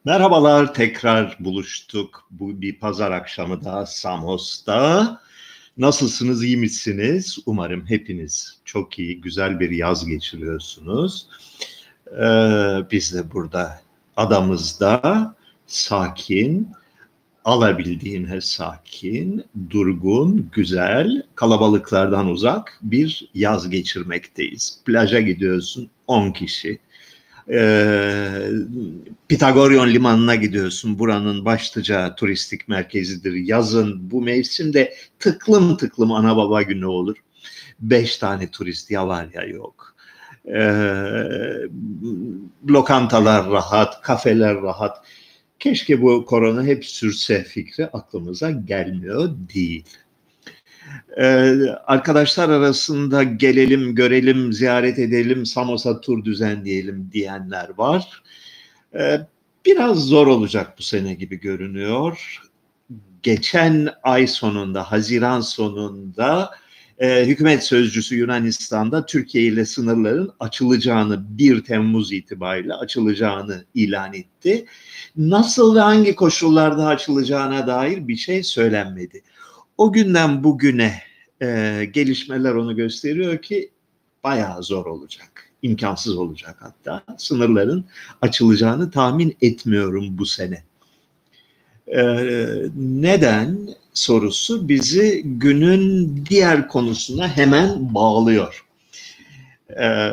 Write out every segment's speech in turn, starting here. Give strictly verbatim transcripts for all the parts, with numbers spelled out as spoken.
Merhabalar, tekrar buluştuk. Bu bir pazar akşamı daha Samos'ta. Nasılsınız, iyi misiniz? Umarım hepiniz çok iyi, güzel bir yaz geçiriyorsunuz. Ee, biz de burada adamızda sakin, alabildiğine sakin, durgun, güzel, kalabalıklardan uzak bir yaz geçirmekteyiz. Plaja gidiyorsun, on kişi. Ee, Pitagoryon Limanı'na gidiyorsun. Buranın başlıca turistik merkezidir. Yazın bu mevsimde tıklım tıklım ana baba günü olur. Beş tane turist ya var ya yok. Ee, lokantalar rahat, kafeler rahat. Keşke bu korona hep sürse fikri aklımıza gelmiyor değil. Ee, arkadaşlar arasında gelelim, görelim, ziyaret edelim, Samos'a tur düzenleyelim diyenler var. Ee, biraz zor olacak bu sene gibi görünüyor. Geçen ay sonunda, Haziran sonunda e, hükümet sözcüsü Yunanistan'da Türkiye ile sınırların açılacağını, bir Temmuz itibariyle açılacağını ilan etti. Nasıl ve hangi koşullarda açılacağına dair bir şey söylenmedi. O günden bugüne e, gelişmeler onu gösteriyor ki bayağı zor olacak, imkansız olacak hatta. Sınırların açılacağını tahmin etmiyorum bu sene. E, neden sorusu bizi günün diğer konusuna hemen bağlıyor. E,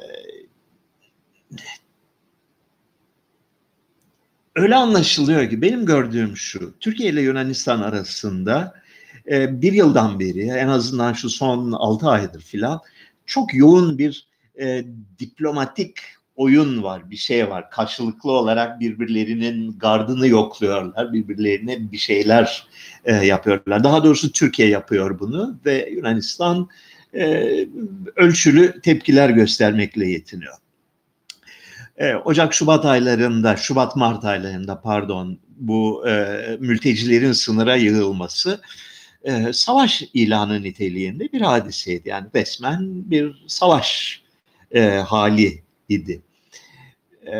öyle anlaşılıyor ki benim gördüğüm şu, Türkiye ile Yunanistan arasında bir yıldan beri, en azından şu son altı aydır filan, çok yoğun bir e, diplomatik oyun var, bir şey var. Karşılıklı olarak birbirlerinin gardını yokluyorlar, birbirlerine bir şeyler e, yapıyorlar. Daha doğrusu Türkiye yapıyor bunu ve Yunanistan e, ölçülü tepkiler göstermekle yetiniyor. E, Ocak-Şubat aylarında, Şubat-Mart aylarında pardon, bu e, mültecilerin sınıra yığılması e, savaş ilanı niteliğinde bir hadiseydi. Yani resmen bir savaş e, hali idi. E,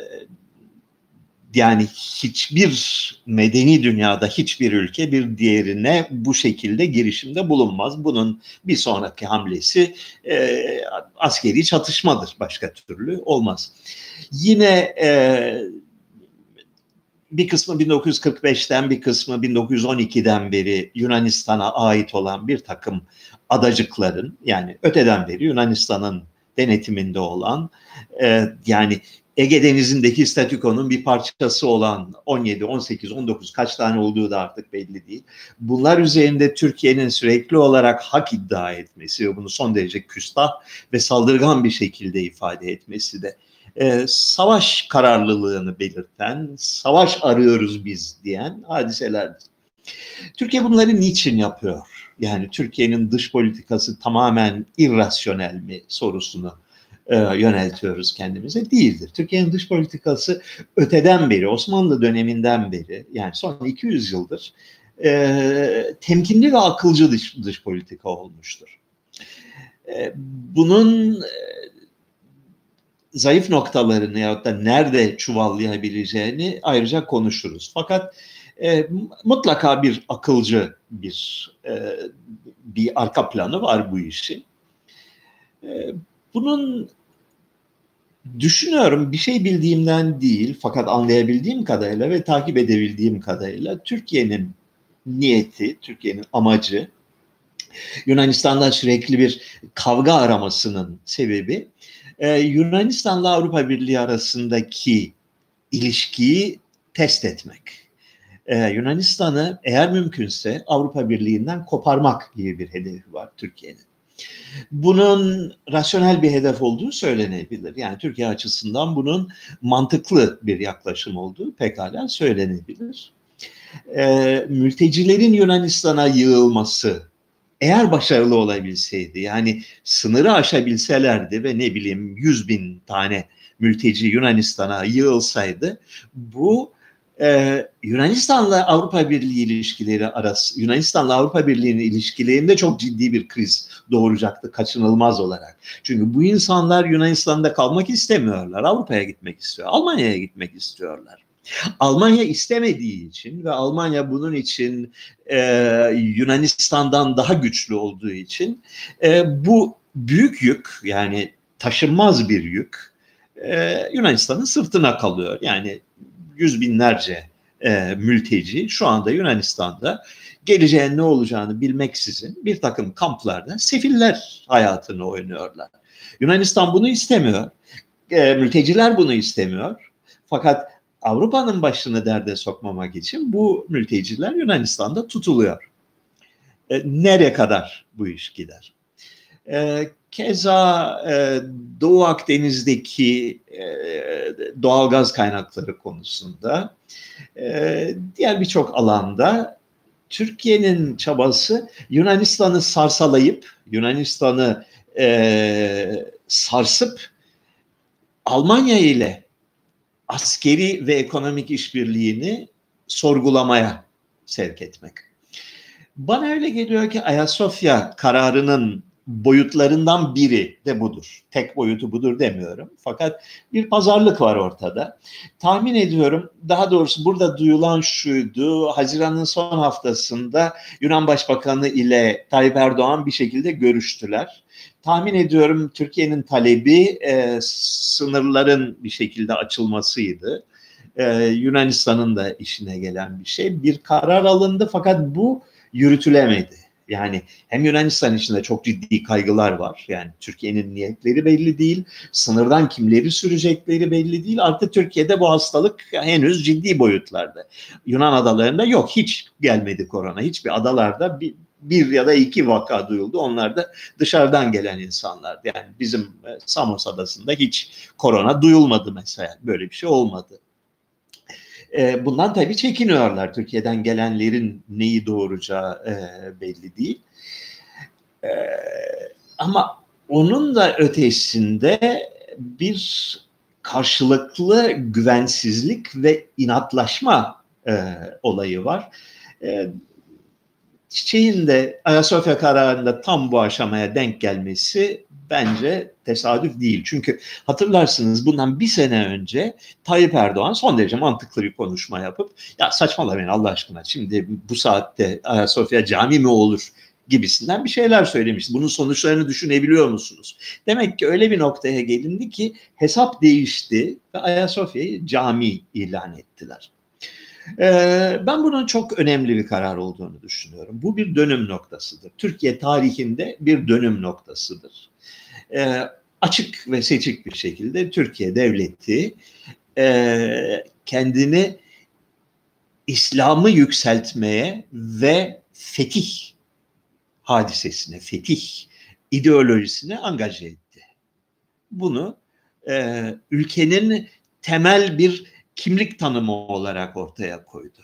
yani hiçbir medeni dünyada hiçbir ülke bir diğerine bu şekilde girişimde bulunmaz. Bunun bir sonraki hamlesi e, askeri çatışmadır, başka türlü olmaz. Yine e, bir kısmı bin dokuz yüz kırk beşten, bir kısmı bin dokuz yüz on ikiden beri Yunanistan'a ait olan bir takım adacıkların, yani öteden beri Yunanistan'ın denetiminde olan, e, yani Ege Denizi'ndeki statükonun bir parçası olan on yedi, on sekiz, on dokuz kaç tane olduğu da artık belli değil. Bunlar üzerinde Türkiye'nin sürekli olarak hak iddia etmesi ve bunu son derece küstah ve saldırgan bir şekilde ifade etmesi de e, savaş kararlılığını belirten, savaş arıyoruz biz diyen hadiselerdir. Türkiye bunları niçin yapıyor? Yani Türkiye'nin dış politikası tamamen irrasyonel mi sorusunu e, yöneltiyoruz kendimize. Değildir. Türkiye'nin dış politikası öteden beri, Osmanlı döneminden beri, yani son iki yüz yıldır e, temkinli ve akılcı dış, dış politika olmuştur. E, bunun e, zayıf noktalarını ya da nerede çuvallayabileceğini ayrıca konuşuruz. Fakat e, mutlaka bir akılcı bir e, bir arka planı var bu işin. E, bunun düşünüyorum, bir şey bildiğimden değil fakat anlayabildiğim kadarıyla ve takip edebildiğim kadarıyla Türkiye'nin niyeti, Türkiye'nin amacı, Yunanistan'dan sürekli bir kavga aramasının sebebi Ee, Yunanistan'la Avrupa Birliği arasındaki ilişkiyi test etmek. Ee, Yunanistan'ı eğer mümkünse Avrupa Birliği'nden koparmak gibi bir hedefi var Türkiye'nin. Bunun rasyonel bir hedef olduğu söylenebilir. Yani Türkiye açısından bunun mantıklı bir yaklaşım olduğu pekala söylenebilir. Ee, mültecilerin Yunanistan'a yığılması eğer başarılı olabilseydi, yani sınırı aşabilselerdi ve ne bileyim yüz bin tane mülteci Yunanistan'a yığılsaydı, bu e, Yunanistan'la Avrupa Birliği ilişkileri arası, Yunanistan'la Avrupa Birliği'nin ilişkilerinde çok ciddi bir kriz doğuracaktı kaçınılmaz olarak. Çünkü bu insanlar Yunanistan'da kalmak istemiyorlar, Avrupa'ya gitmek istiyor, Almanya'ya gitmek istiyorlar. Almanya istemediği için ve Almanya bunun için e, Yunanistan'dan daha güçlü olduğu için e, bu büyük yük, yani taşınmaz bir yük e, Yunanistan'ın sırtına kalıyor. Yani yüz binlerce e, mülteci şu anda Yunanistan'da geleceğin ne olacağını bilmeksizin bir takım kamplarda sefiller hayatını oynuyorlar. Yunanistan bunu istemiyor. E, mülteciler bunu istemiyor. Fakat Avrupa'nın başını derde sokmamak için bu mülteciler Yunanistan'da tutuluyor. E, nereye kadar bu iş gider? E, keza e, Doğu Akdeniz'deki e, doğalgaz kaynakları konusunda e, diğer birçok alanda Türkiye'nin çabası Yunanistan'ı sarsalayıp, Yunanistan'ı e, sarsıp Almanya ile askeri ve ekonomik işbirliğini sorgulamaya sevk etmek. Bana öyle geliyor ki Ayasofya kararının boyutlarından biri de budur. Tek boyutu budur demiyorum. Fakat bir pazarlık var ortada. Tahmin ediyorum, daha doğrusu burada duyulan şuydu: Haziran'ın son haftasında Yunan Başbakanı ile Tayyip Erdoğan bir şekilde görüştüler. Tahmin ediyorum Türkiye'nin talebi e, sınırların bir şekilde açılmasıydı. E, Yunanistan'ın da işine gelen bir şey. Bir karar alındı fakat bu yürütülemedi. Yani hem Yunanistan içinde çok ciddi kaygılar var. Yani Türkiye'nin niyetleri belli değil. Sınırdan kimleri sürecekleri belli değil. Artık Türkiye'de bu hastalık henüz ciddi boyutlarda. Yunan adalarında yok, hiç gelmedi korona. Hiçbir adalarda bir, bir ya da iki vaka duyuldu. Onlar da dışarıdan gelen insanlardı. Yani bizim Samos adasında hiç korona duyulmadı mesela. Böyle bir şey olmadı. Bundan tabii çekiniyorlar. Türkiye'den gelenlerin neyi doğuracağı e, belli değil. E, ama onun da ötesinde bir karşılıklı güvensizlik ve inatlaşma e, olayı var. E, Çiçek'in de Ayasofya kararında tam bu aşamaya denk gelmesi bence tesadüf değil. Çünkü hatırlarsınız, bundan bir sene önce Tayyip Erdoğan son derece mantıklı bir konuşma yapıp ya saçmalamayın Allah aşkına, şimdi bu saatte Ayasofya cami mi olur gibisinden bir şeyler söylemişti. Bunun sonuçlarını düşünebiliyor musunuz? Demek ki öyle bir noktaya gelindi ki hesap değişti ve Ayasofya'yı cami ilan ettiler. Ben bunun çok önemli bir karar olduğunu düşünüyorum. Bu bir dönüm noktasıdır. Türkiye tarihinde bir dönüm noktasıdır. Açık ve seçik bir şekilde Türkiye devleti kendini İslam'ı yükseltmeye ve fetih hadisesine, fetih ideolojisine angaje etti. Bunu ülkenin temel bir kimlik tanımı olarak ortaya koydu.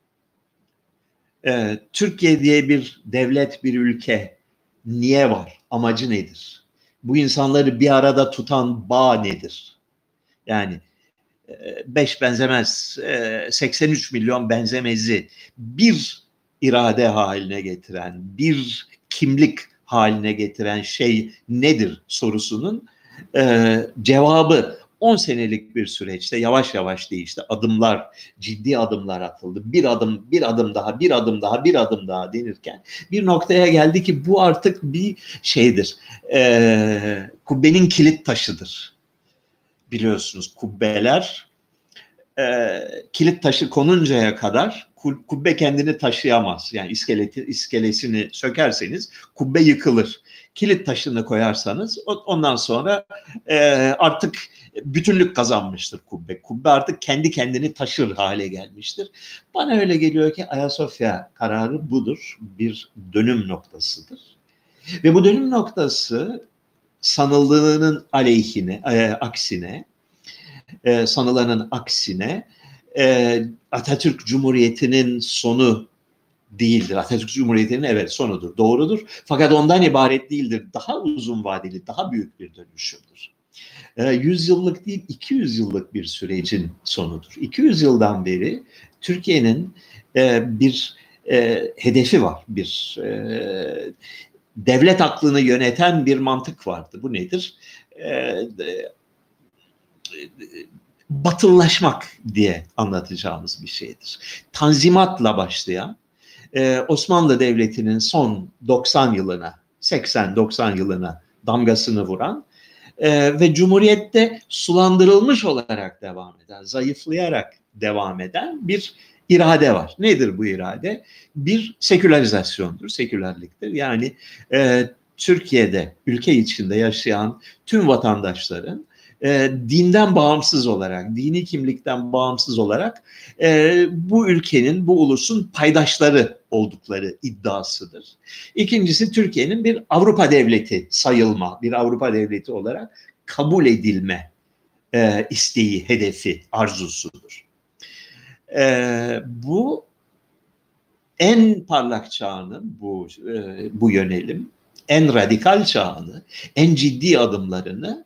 Ee, Türkiye diye bir devlet, bir ülke niye var? Amacı nedir? Bu insanları bir arada tutan bağ nedir? Yani beş benzemez, seksen üç milyon benzemezi bir irade haline getiren, bir kimlik haline getiren şey nedir sorusunun e, cevabı on senelik bir süreçte yavaş yavaş değişti. Adımlar, ciddi adımlar atıldı. Bir adım, bir adım daha, bir adım daha, bir adım daha denirken bir noktaya geldi ki bu artık bir şeydir. E, kubbenin kilit taşıdır. Biliyorsunuz kubbeler e, kilit taşı konuncaya kadar kubbe kendini taşıyamaz. Yani iskeleti, iskelesini sökerseniz kubbe yıkılır. Kilit taşını koyarsanız ondan sonra e, artık bütünlük kazanmıştır kubbe. Kubbe artık kendi kendini taşır hale gelmiştir. Bana öyle geliyor ki Ayasofya kararı budur. Bir dönüm noktasıdır. Ve bu dönüm noktası sanıldığının aleyhine, e, aksine, e, sanılanın aksine e, Atatürk Cumhuriyeti'nin sonu değildir. Atatürk Cumhuriyeti'nin evet sonudur, doğrudur. Fakat ondan ibaret değildir. Daha uzun vadeli, daha büyük bir dönüşümdür. E, yüz yıllık değil, iki yüz yıllık bir sürecin sonudur. iki yüz yıldan beri Türkiye'nin e, bir e, hedefi var, bir e, devlet aklını yöneten bir mantık vardı. Bu nedir? E, batıllaşmak diye anlatacağımız bir şeydir. Tanzimatla başlayan e, Osmanlı Devleti'nin son doksan yılına, seksen doksan yılına damgasını vuran e, ve Cumhuriyet'te sulandırılmış olarak devam eden, zayıflayarak devam eden bir irade var. Nedir bu irade? Bir sekülerizasyondur, sekülerliktir. Yani e, Türkiye'de, ülke içinde yaşayan tüm vatandaşların e, dinden bağımsız olarak, dini kimlikten bağımsız olarak e, bu ülkenin, bu ulusun paydaşları oldukları iddiasıdır. İkincisi, Türkiye'nin bir Avrupa devleti sayılma, bir Avrupa devleti olarak kabul edilme e, isteği, hedefi, arzusudur. E, bu en parlak çağını, bu e, bu yönelim, en radikal çağını, en ciddi adımlarını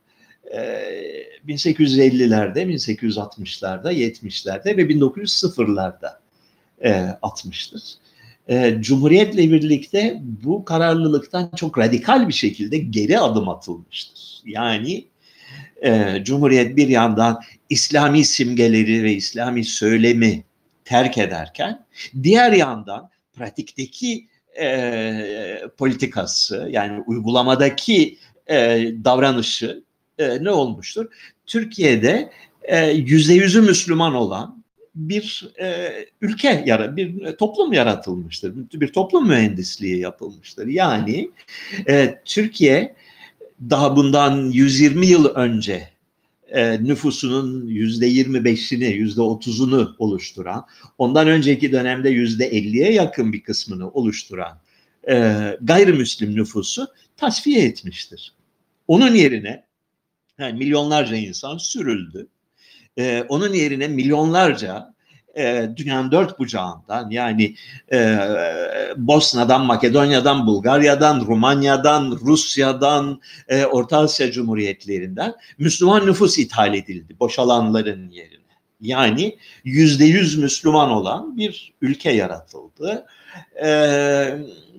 bin sekiz yüz ellilerde, bin sekiz yüz altmışlarda, yetmişlerde ve bin dokuz yüz sıfırlarda e, atmıştır. E, Cumhuriyetle birlikte bu kararlılıktan çok radikal bir şekilde geri adım atılmıştır. Yani e, Cumhuriyet bir yandan İslami simgeleri ve İslami söylemi terk ederken, diğer yandan pratikteki e, politikası, yani uygulamadaki e, davranışı e, ne olmuştur? Türkiye'de e, yüzde yüzü Müslüman olan bir e, ülke, yara, bir toplum yaratılmıştır. Bir toplum mühendisliği yapılmıştır. Yani e, Türkiye daha bundan yüz yirmi yıl önce e, nüfusunun yüzde yirmi beşini, yüzde otuzunu oluşturan, ondan önceki dönemde yüzde elliye yakın bir kısmını oluşturan e, gayrimüslim nüfusu tasfiye etmiştir. Onun yerine yani milyonlarca insan sürüldü. Ee, onun yerine milyonlarca e, dünyanın dört bucağından, yani e, Bosna'dan, Makedonya'dan, Bulgarya'dan, Rumanya'dan, Rusya'dan, e, Orta Asya Cumhuriyetlerinden Müslüman nüfus ithal edildi boşalanların yerine. Yani yüzde yüz Müslüman olan bir ülke yaratıldı. Ee,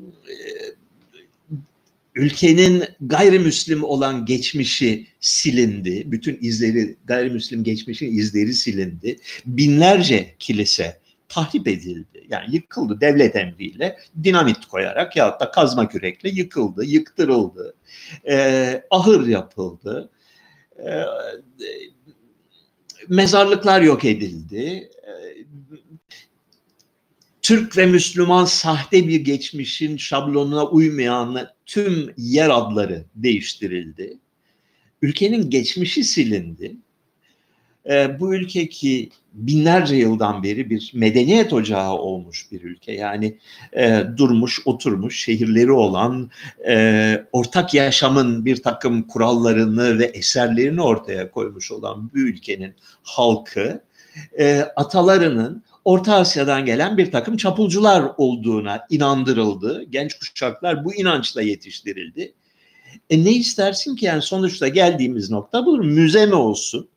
Ülkenin gayrimüslim olan geçmişi silindi. Bütün izleri, gayrimüslim geçmişin izleri silindi. Binlerce kilise tahrip edildi. Yani yıkıldı devlet emriyle, dinamit koyarak yahut da kazma kürekle yıkıldı, yıktırıldı. Ee, ahır yapıldı. Ee, mezarlıklar yok edildi. Ee, Türk ve Müslüman sahte bir geçmişin şablonuna uymayan tüm yer adları değiştirildi. Ülkenin geçmişi silindi. E, bu ülke ki binlerce yıldan beri bir medeniyet ocağı olmuş bir ülke. Yani e, durmuş, oturmuş, şehirleri olan, e, ortak yaşamın bir takım kurallarını ve eserlerini ortaya koymuş olan bu ülkenin halkı, e, atalarının Orta Asya'dan gelen bir takım çapulcular olduğuna inandırıldı. Genç kuşaklar bu inançla yetiştirildi. E ne istersin ki, yani sonuçta geldiğimiz nokta bu. Müze mi olsun?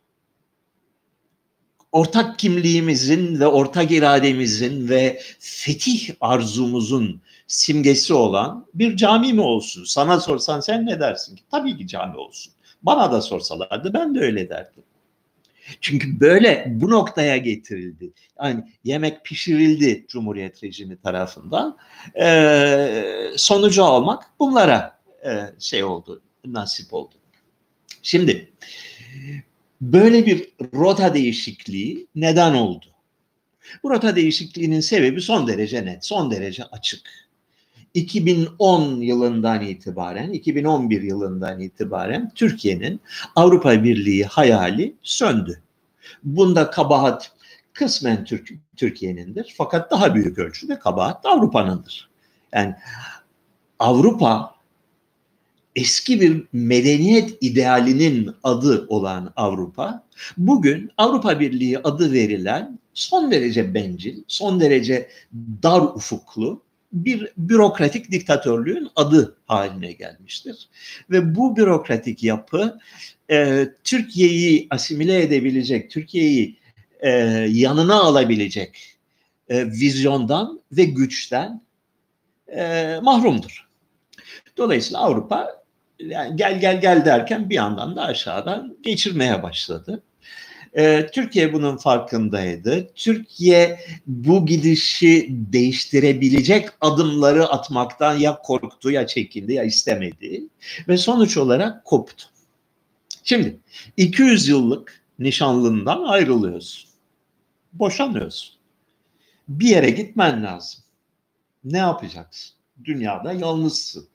Ortak kimliğimizin ve ortak irademizin ve fetih arzumuzun simgesi olan bir cami mi olsun? Sana sorsan sen ne dersin ki? Tabii ki cami olsun. Bana da sorsalardı ben de öyle derdim. Çünkü böyle bu noktaya getirildi. Yani yemek pişirildi Cumhuriyet rejimi tarafından. Ee, sonucu almak bunlara e, şey oldu, nasip oldu. Şimdi böyle bir rota değişikliği neden oldu? Bu rota değişikliğinin sebebi son derece net, son derece açık. iki bin on yılından itibaren, iki bin on bir yılından itibaren Türkiye'nin Avrupa Birliği hayali söndü. Bunda kabahat kısmen Türk, Türkiye'nindir, fakat daha büyük ölçüde kabahat Avrupa'nındır. Yani Avrupa, eski bir medeniyet idealinin adı olan Avrupa, bugün Avrupa Birliği adı verilen son derece bencil, son derece dar ufuklu bir bürokratik diktatörlüğün adı haline gelmiştir. Ve bu bürokratik yapı e, Türkiye'yi asimile edebilecek, Türkiye'yi e, yanına alabilecek e, vizyondan ve güçten e, mahrumdur. Dolayısıyla Avrupa yani gel gel gel derken bir yandan da aşağıdan geçirmeye başladı. Ee, Türkiye bunun farkındaydı. Türkiye bu gidişi değiştirebilecek adımları atmaktan ya korktu, ya çekindi, ya istemedi ve sonuç olarak koptu. Şimdi iki yüz yıllık nişanlından ayrılıyorsun. Boşanıyorsun. Bir yere gitmen lazım. Ne yapacaksın? Dünyada yalnızsın.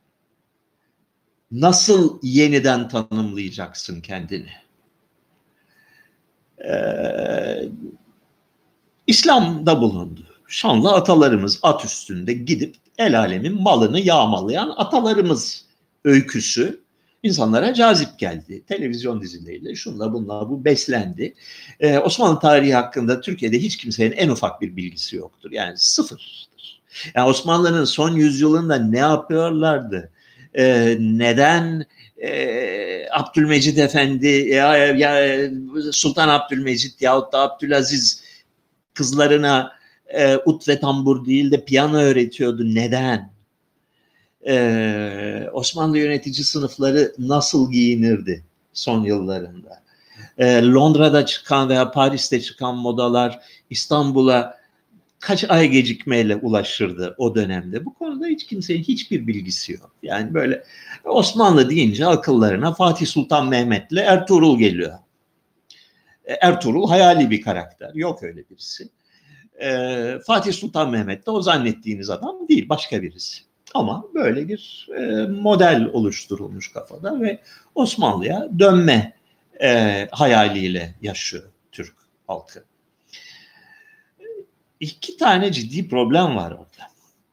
Nasıl yeniden tanımlayacaksın kendini? Ee, İslam'da bulundu. Şanlı atalarımız at üstünde gidip el alemin malını yağmalayan atalarımız öyküsü insanlara cazip geldi. Televizyon dizileriyle şunla bunla bu beslendi. Ee, Osmanlı tarihi hakkında Türkiye'de hiç kimsenin en ufak bir bilgisi yoktur. Yani sıfırdır. Yani Osmanlı'nın son yüzyılında ne yapıyorlardı? Ee, neden e, Abdülmecid Efendi ya, ya Sultan Abdülmecid yahut da Abdülaziz kızlarına e, ut ve tambur değil de piyano öğretiyordu? Neden? Ee, Osmanlı yönetici sınıfları nasıl giyinirdi son yıllarında? Ee, Londra'da çıkan veya Paris'te çıkan modalar İstanbul'a kaç ay gecikmeyle ulaşırdı o dönemde? Bu konuda hiç kimsenin hiçbir bilgisi yok. Yani böyle Osmanlı deyince akıllarına Fatih Sultan Mehmet'le Ertuğrul geliyor. Ertuğrul hayali bir karakter. Yok öyle birisi. Ee, Fatih Sultan Mehmet de o zannettiğiniz adam değil, başka birisi. Ama böyle bir e, model oluşturulmuş kafada ve Osmanlı'ya dönme e, hayaliyle yaşıyor Türk halkı. İki tane ciddi problem var orada.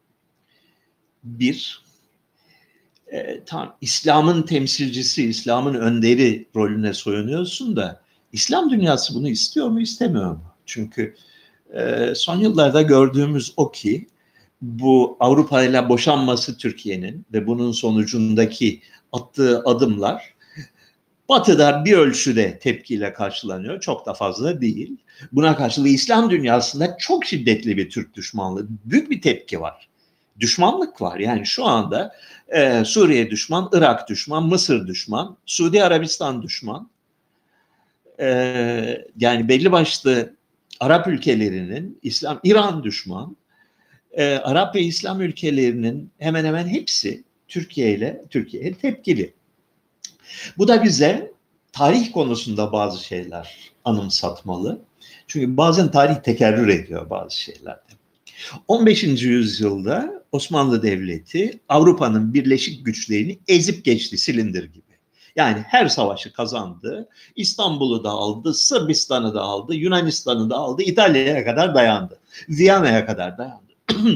Bir, e, tam İslam'ın temsilcisi, İslam'ın önderi rolüne soyunuyorsun da İslam dünyası bunu istiyor mu, istemiyor mu? Çünkü e, son yıllarda gördüğümüz o ki bu Avrupa ile boşanması Türkiye'nin ve bunun sonucundaki attığı adımlar Batı'da bir ölçüde tepkiyle karşılanıyor. Çok da fazla değil. Buna karşılık İslam dünyasında çok şiddetli bir Türk düşmanlığı, büyük bir tepki var. Düşmanlık var. Yani şu anda e, Suriye düşman, Irak düşman, Mısır düşman, Suudi Arabistan düşman. E, yani belli başlı Arap ülkelerinin, İslam, İran düşman. E, Arap ve İslam ülkelerinin hemen hemen hepsi Türkiye ile Türkiye'ye tepkili. Bu da bize tarih konusunda bazı şeyler anımsatmalı. Çünkü bazen tarih tekerrür ediyor bazı şeylerde. on beşinci yüzyılda Osmanlı Devleti Avrupa'nın birleşik güçlerini ezip geçti silindir gibi. Yani her savaşı kazandı. İstanbul'u da aldı, Sırbistan'ı da aldı, Yunanistan'ı da aldı, İtalya'ya kadar dayandı. Viyana'ya kadar dayandı.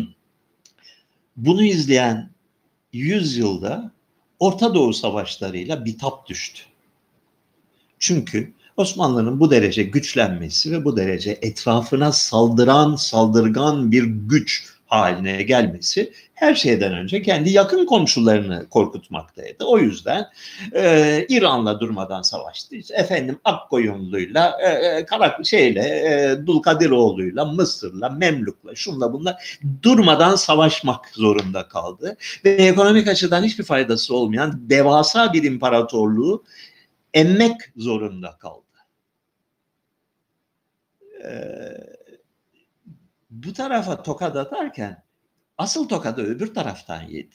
Bunu izleyen yüzyılda Orta Doğu savaşlarıyla bitap düştü. Çünkü Osmanlı'nın bu derece güçlenmesi ve bu derece etrafına saldıran, saldırgan bir güç haline gelmesi her şeyden önce kendi yakın komşularını korkutmaktaydı. O yüzden e, İran'la durmadan savaştı. Efendim Akkoyunlu'yla, e, Karak şeyle, e, Dulkadiroğlu'yla, Mısır'la, Memlük'la, şunla bunla durmadan savaşmak zorunda kaldı. Ve ekonomik açıdan hiçbir faydası olmayan devasa bir imparatorluğu emmek zorunda kaldı. Ee, bu tarafa tokat atarken asıl tokadı öbür taraftan yedi.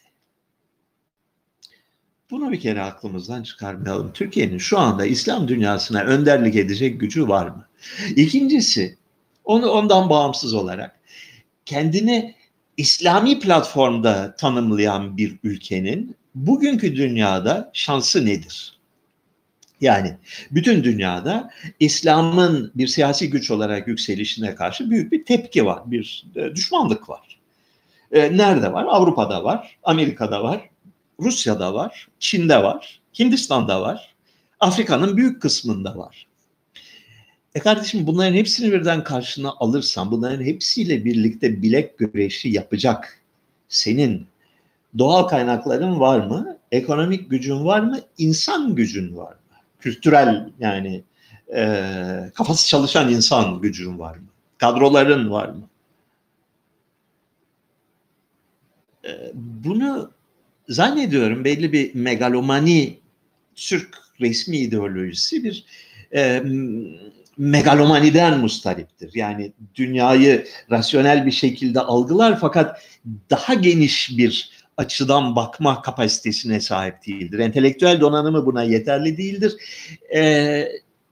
Bunu bir kere aklımızdan çıkarmayalım. Türkiye'nin şu anda İslam dünyasına önderlik edecek gücü var mı? İkincisi, onu ondan bağımsız olarak kendini İslami platformda tanımlayan bir ülkenin bugünkü dünyada şansı nedir? Yani bütün dünyada İslam'ın bir siyasi güç olarak yükselişine karşı büyük bir tepki var, bir düşmanlık var. E, nerede var? Avrupa'da var, Amerika'da var, Rusya'da var, Çin'de var, Hindistan'da var, Afrika'nın büyük kısmında var. E kardeşim bunların hepsini birden karşına alırsan, bunların hepsiyle birlikte bilek güreşi yapacak senin doğal kaynakların var mı? Ekonomik gücün var mı? İnsan gücün var mı? Kültürel yani e, kafası çalışan insan gücün var mı? Kadroların var mı? E, bunu zannediyorum belli bir megalomani Türk resmi ideolojisi bir e, megalomaniden mustariptir. Yani dünyayı rasyonel bir şekilde algılar fakat daha geniş bir açıdan bakma kapasitesine sahip değildir. Entelektüel donanımı buna yeterli değildir. Ee,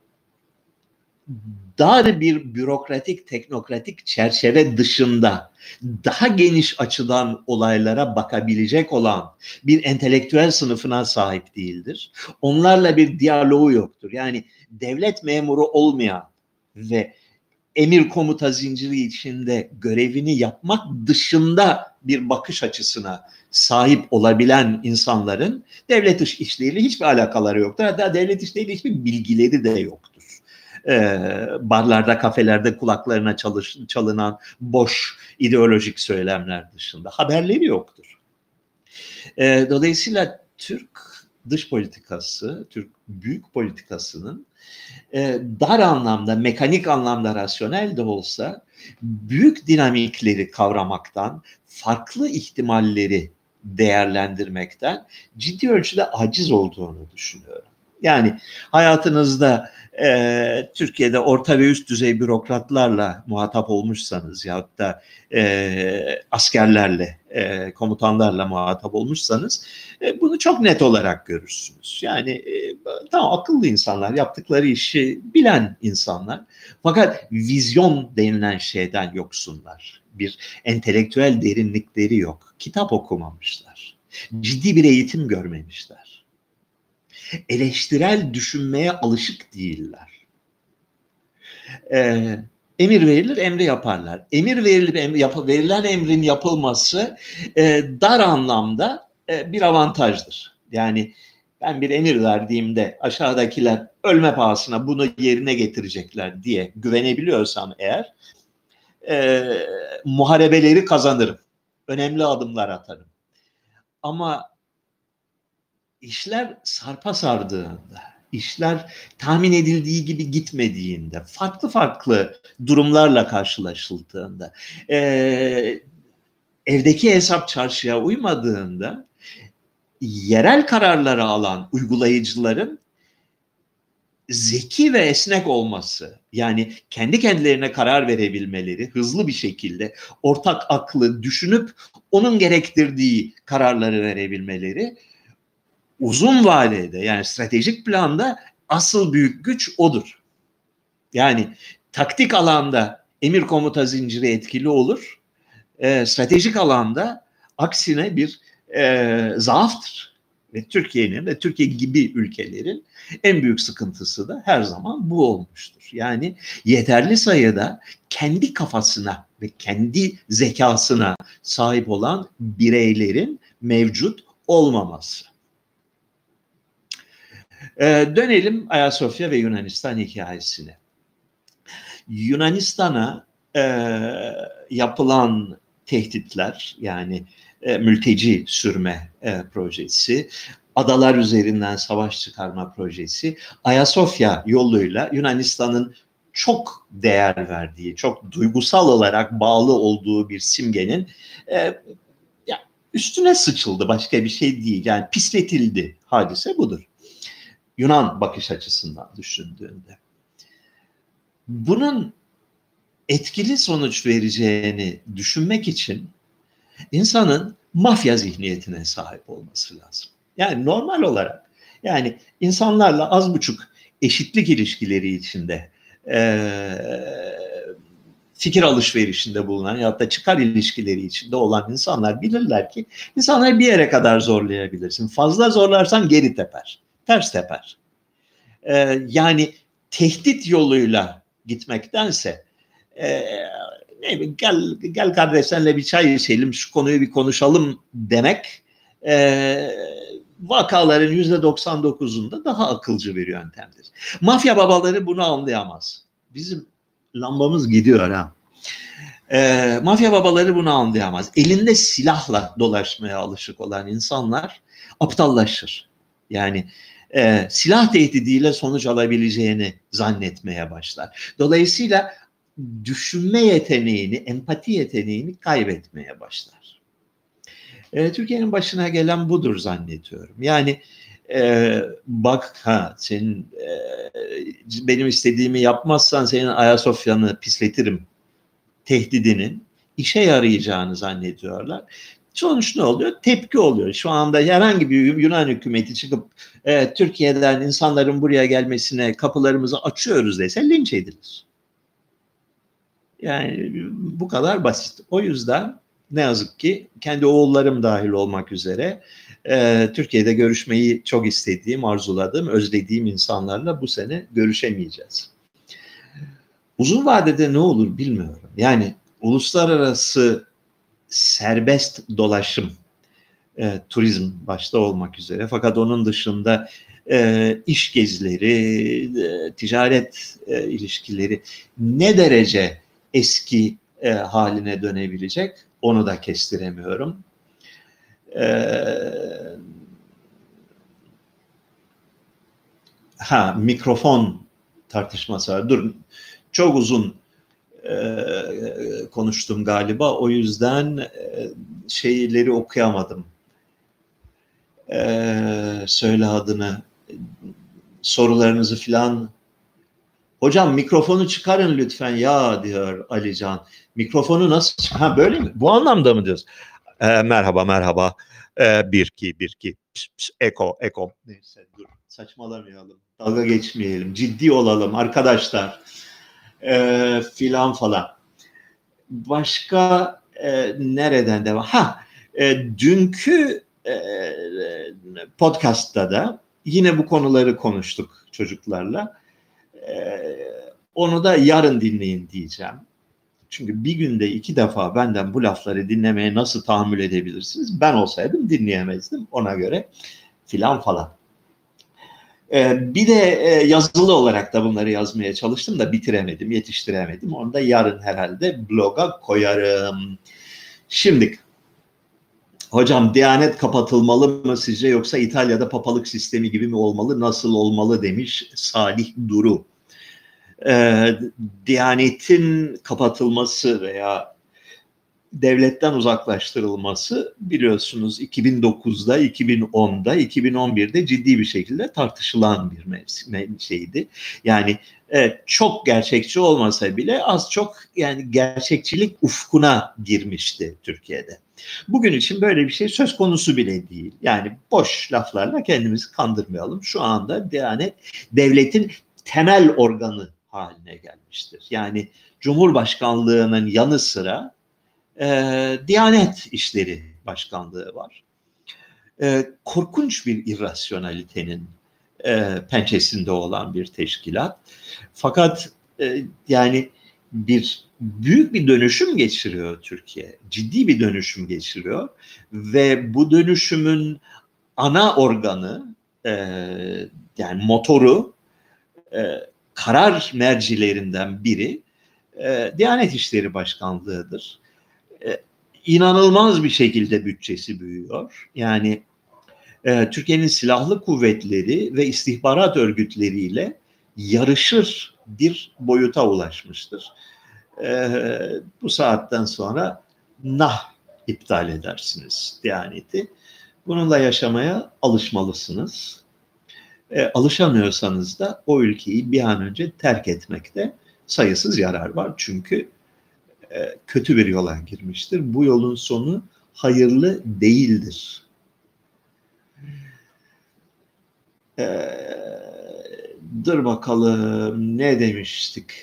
dar bir bürokratik, teknokratik çerçeve dışında daha geniş açıdan olaylara bakabilecek olan bir entelektüel sınıfına sahip değildir. Onlarla bir diyaloğu yoktur. Yani devlet memuru olmayan ve emir komuta zinciri içinde görevini yapmak dışında bir bakış açısına sahip olabilen insanların devlet işleriyle hiçbir alakaları yoktur. Hatta devlet işleriyle hiçbir bilgileri de yoktur. Ee, barlarda, kafelerde kulaklarına çalış, çalınan boş ideolojik söylemler dışında haberleri yoktur. Ee, dolayısıyla Türk dış politikası, Türk büyük politikasının e, dar anlamda, mekanik anlamda rasyonel de olsa büyük dinamikleri kavramaktan, farklı ihtimalleri değerlendirmekten ciddi ölçüde aciz olduğunu düşünüyorum. Yani hayatınızda e, Türkiye'de orta ve üst düzey bürokratlarla muhatap olmuşsanız yahut da e, askerlerle, e, komutanlarla muhatap olmuşsanız e, bunu çok net olarak görürsünüz. Yani e, tamam, akıllı insanlar, yaptıkları işi bilen insanlar fakat vizyon denilen şeyden yoksunlar. Bir entelektüel derinlikleri yok. Kitap okumamışlar. Ciddi bir eğitim görmemişler. Eleştirel düşünmeye alışık değiller. Ee, emir verilir, emri yaparlar. Emir verilip emri yap- verilen emrin yapılması e, dar anlamda e, bir avantajdır. Yani ben bir emir verdiğimde aşağıdakiler ölme pahasına bunu yerine getirecekler diye güvenebiliyorsam eğer e, muharebeleri kazanırım. Önemli adımlar atarım. Ama İşler sarpa sardığında, işler tahmin edildiği gibi gitmediğinde, farklı farklı durumlarla karşılaşıldığında, e, evdeki hesap çarşıya uymadığında, yerel kararları alan uygulayıcıların zeki ve esnek olması, yani kendi kendilerine karar verebilmeleri, hızlı bir şekilde ortak aklı düşünüp onun gerektirdiği kararları verebilmeleri, uzun vadede yani stratejik planda asıl büyük güç odur. Yani taktik alanda emir komuta zinciri etkili olur. E, stratejik alanda aksine bir e, zaaftır. Ve Türkiye'nin ve Türkiye gibi ülkelerin en büyük sıkıntısı da her zaman bu olmuştur. Yani yeterli sayıda kendi kafasına ve kendi zekasına sahip olan bireylerin mevcut olmaması. Ee, dönelim Ayasofya ve Yunanistan hikayesine. Yunanistan'a e, yapılan tehditler, yani e, mülteci sürme e, projesi, adalar üzerinden savaş çıkarma projesi, Ayasofya yoluyla Yunanistan'ın çok değer verdiği, çok duygusal olarak bağlı olduğu bir simgenin e, ya, üstüne sıçıldı, başka bir şey değil. Yani pisletildi, hadise budur. Yunan bakış açısından düşündüğünde. Bunun etkili sonuç vereceğini düşünmek için insanın mafya zihniyetine sahip olması lazım. Yani normal olarak, yani insanlarla az buçuk eşitlik ilişkileri içinde e, fikir alışverişinde bulunan ya da çıkar ilişkileri içinde olan insanlar bilirler ki insanları bir yere kadar zorlayabilirsin. Fazla zorlarsan geri teper, ters teper. Ee, yani tehdit yoluyla gitmektense e, ne bileyim, gel gel kardeş senle bir çay içelim, şu konuyu bir konuşalım demek e, vakaların yüzde doksan dokuzunda daha akılcı bir yöntemdir. Mafya babaları bunu anlayamaz. Bizim lambamız gidiyor ha. E, mafya babaları bunu anlayamaz. Elinde silahla dolaşmaya alışık olan insanlar aptallaşır. Yani e, silah tehdidiyle sonuç alabileceğini zannetmeye başlar. Dolayısıyla düşünme yeteneğini, empati yeteneğini kaybetmeye başlar. E, Türkiye'nin başına gelen budur zannediyorum. Yani e, bak ha senin e, benim istediğimi yapmazsan senin Ayasofya'nı pisletirim tehdidinin işe yarayacağını zannediyorlar. Sonuç ne oluyor? Tepki oluyor. Şu anda herhangi bir Yunan hükümeti çıkıp e, Türkiye'den insanların buraya gelmesine kapılarımızı açıyoruz dese linç edilir. Yani bu kadar basit. O yüzden ne yazık ki kendi oğullarım dahil olmak üzere e, Türkiye'de görüşmeyi çok istediğim, arzuladığım, özlediğim insanlarla bu sene görüşemeyeceğiz. Uzun vadede ne olur bilmiyorum. Yani uluslararası serbest dolaşım, e, turizm başta olmak üzere, fakat onun dışında e, iş gezileri, e, ticaret e, ilişkileri ne derece eski e, haline dönebilecek onu da kestiremiyorum. E, ha mikrofon tartışması var. Dur, çok uzun e, konuştum galiba. O yüzden e, şeyleri okuyamadım. E, söyle adını. Sorularınızı filan. Hocam mikrofonu çıkarın lütfen ya diyor Alican. Mikrofonu nasıl çıkar? Ha böyle mi? Bu anlamda mı diyoruz? E, merhaba merhaba. E, bir iki bir iki. Pş, pş, eko eko. Neyse dur saçmalamayalım. Dalga geçmeyelim. Ciddi olalım arkadaşlar. E, filan falan. Başka e, nereden devam? Ha, e, dünkü e, podcast'ta da yine bu konuları konuştuk çocuklarla. E, onu da yarın dinleyin diyeceğim. Çünkü bir günde iki defa benden bu lafları dinlemeye nasıl tahammül edebilirsiniz? Ben olsaydım dinleyemezdim ona göre filan falan. Ee, bir de e, yazılı olarak da bunları yazmaya çalıştım da bitiremedim, yetiştiremedim. Onu da yarın herhalde bloga koyarım. Şimdi, hocam Diyanet kapatılmalı mı sizce yoksa İtalya'da papalık sistemi gibi mi olmalı, nasıl olmalı demiş Salih Duru. Ee, Diyanetin kapatılması veya devletten uzaklaştırılması biliyorsunuz iki bin dokuzda, iki bin onda, iki bin on birde ciddi bir şekilde tartışılan bir mevsim, şeydi. Yani evet, çok gerçekçi olmasa bile az çok yani gerçekçilik ufkuna girmişti Türkiye'de. Bugün için böyle bir şey söz konusu bile değil. Yani boş laflarla kendimizi kandırmayalım. Şu anda Diyanet devletin temel organı haline gelmiştir. Yani Cumhurbaşkanlığının yanı sıra e, Diyanet İşleri Başkanlığı var. E, korkunç bir irrasyonalitenin e, pençesinde olan bir teşkilat. Fakat e, yani bir büyük bir dönüşüm geçiriyor Türkiye. Ciddi bir dönüşüm geçiriyor ve bu dönüşümün ana organı e, yani motoru e, karar mercilerinden biri e, Diyanet İşleri Başkanlığı'dır. E, inanılmaz bir şekilde bütçesi büyüyor. Yani e, Türkiye'nin silahlı kuvvetleri ve istihbarat örgütleriyle yarışır bir boyuta ulaşmıştır. E, bu saatten sonra nah iptal edersiniz Diyaneti. Bununla yaşamaya alışmalısınız. E, alışamıyorsanız da o ülkeyi bir an önce terk etmekte sayısız yarar var. Çünkü e, kötü bir yola girmiştir. Bu yolun sonu hayırlı değildir. E, dur bakalım ne demiştik?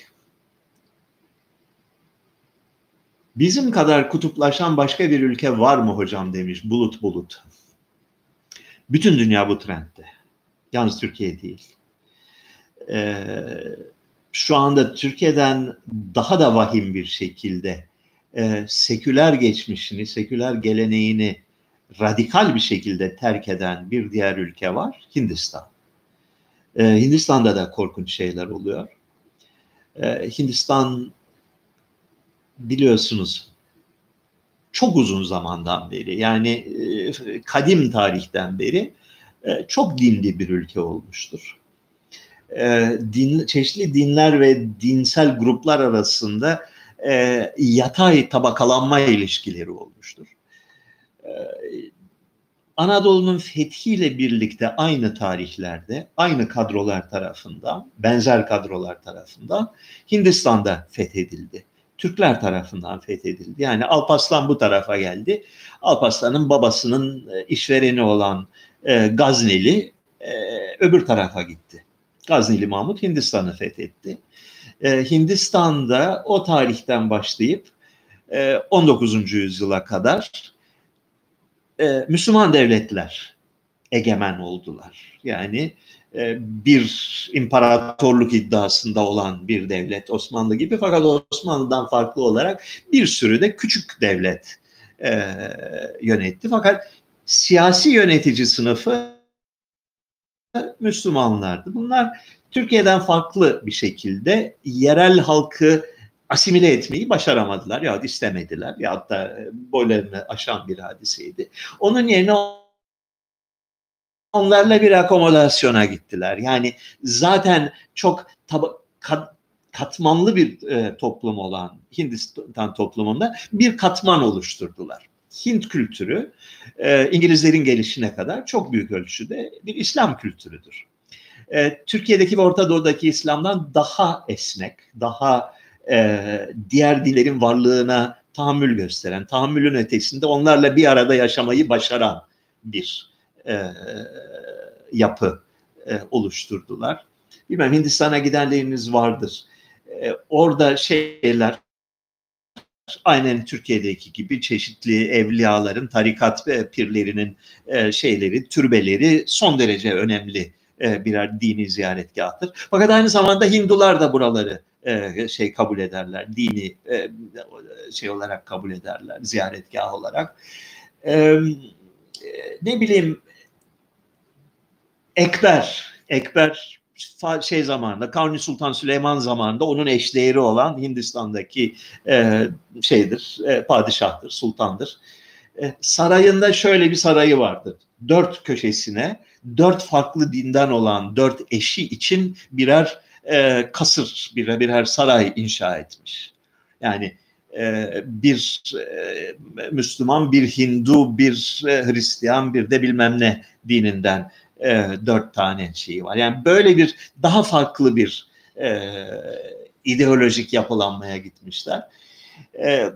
Bizim kadar kutuplaşan başka bir ülke var mı hocam demiş Bulut Bulut. Bütün dünya bu trendde. Yalnız Türkiye değil. Ee, şu anda Türkiye'den daha da vahim bir şekilde e, seküler geçmişini, seküler geleneğini radikal bir şekilde terk eden bir diğer ülke var, Hindistan. Ee, Hindistan'da da korkunç şeyler oluyor. Ee, Hindistan biliyorsunuz çok uzun zamandan beri, yani e, kadim tarihten beri e, çok dinli bir ülke olmuştur. E, din, çeşitli dinler ve dinsel gruplar arasında e, yatay tabakalanma ilişkileri olmuştur. E, Anadolu'nun fethiyle birlikte aynı tarihlerde, aynı kadrolar tarafından, benzer kadrolar tarafından Hindistan'da fethedildi. Türkler tarafından fethedildi. Yani Alparslan bu tarafa geldi. Alparslan'ın babasının işvereni olan e, Gazneli e, öbür tarafa gitti. Gazneli Mahmut Hindistan'ı fethetti. E, Hindistan'da o tarihten başlayıp e, on dokuzuncu yüzyıla kadar e, Müslüman devletler egemen oldular. Yani e, bir imparatorluk iddiasında olan bir devlet Osmanlı gibi, fakat Osmanlı'dan farklı olarak bir sürü de küçük devlet e, yönetti. Fakat siyasi yönetici sınıfı Müslümanlardı. Bunlar Türkiye'den farklı bir şekilde yerel halkı asimile etmeyi başaramadılar ya istemediler ya da boylarını aşan bir hadiseydi. Onun yerine onlarla bir akomodasyona gittiler. Yani zaten çok tab- kat, katmanlı bir e, toplum olan Hindistan toplumunda bir katman oluşturdular. Hint kültürü e, İngilizlerin gelişine kadar çok büyük ölçüde bir İslam kültürüdür. E, Türkiye'deki ve Orta Doğu'daki İslam'dan daha esnek, daha e, diğer dinlerin varlığına tahammül gösteren, tahammülün ötesinde onlarla bir arada yaşamayı başaran bir e, yapı e, oluşturdular. Bilmem Hindistan'a gidenleriniz vardır. E, orada şeyler aynen Türkiye'deki gibi çeşitli evliyaların, tarikat ve pirlerinin e, şeyleri, türbeleri son derece önemli e, birer dini ziyaretgahtır. Fakat aynı zamanda Hindular da buraları e, şey kabul ederler, dini e, şey olarak kabul ederler, ziyaretgah olarak. E, ne bileyim Ekber, Ekber şey zamanında, Kanuni Sultan Süleyman zamanında onun eşdeğeri olan Hindistan'daki e, şeydir, e, padişahtır, sultandır. E, sarayında şöyle bir sarayı vardı. Dört köşesine dört farklı dinden olan dört eşi için birer e, kasır, birer, birer saray inşa etmiş. Yani e, bir e, Müslüman, bir Hindu, bir e, Hristiyan, bir de bilmem ne dininden e, dört tane şeyi var. Yani böyle bir daha farklı bir e, ideolojik yapılanmaya gitmişler. E,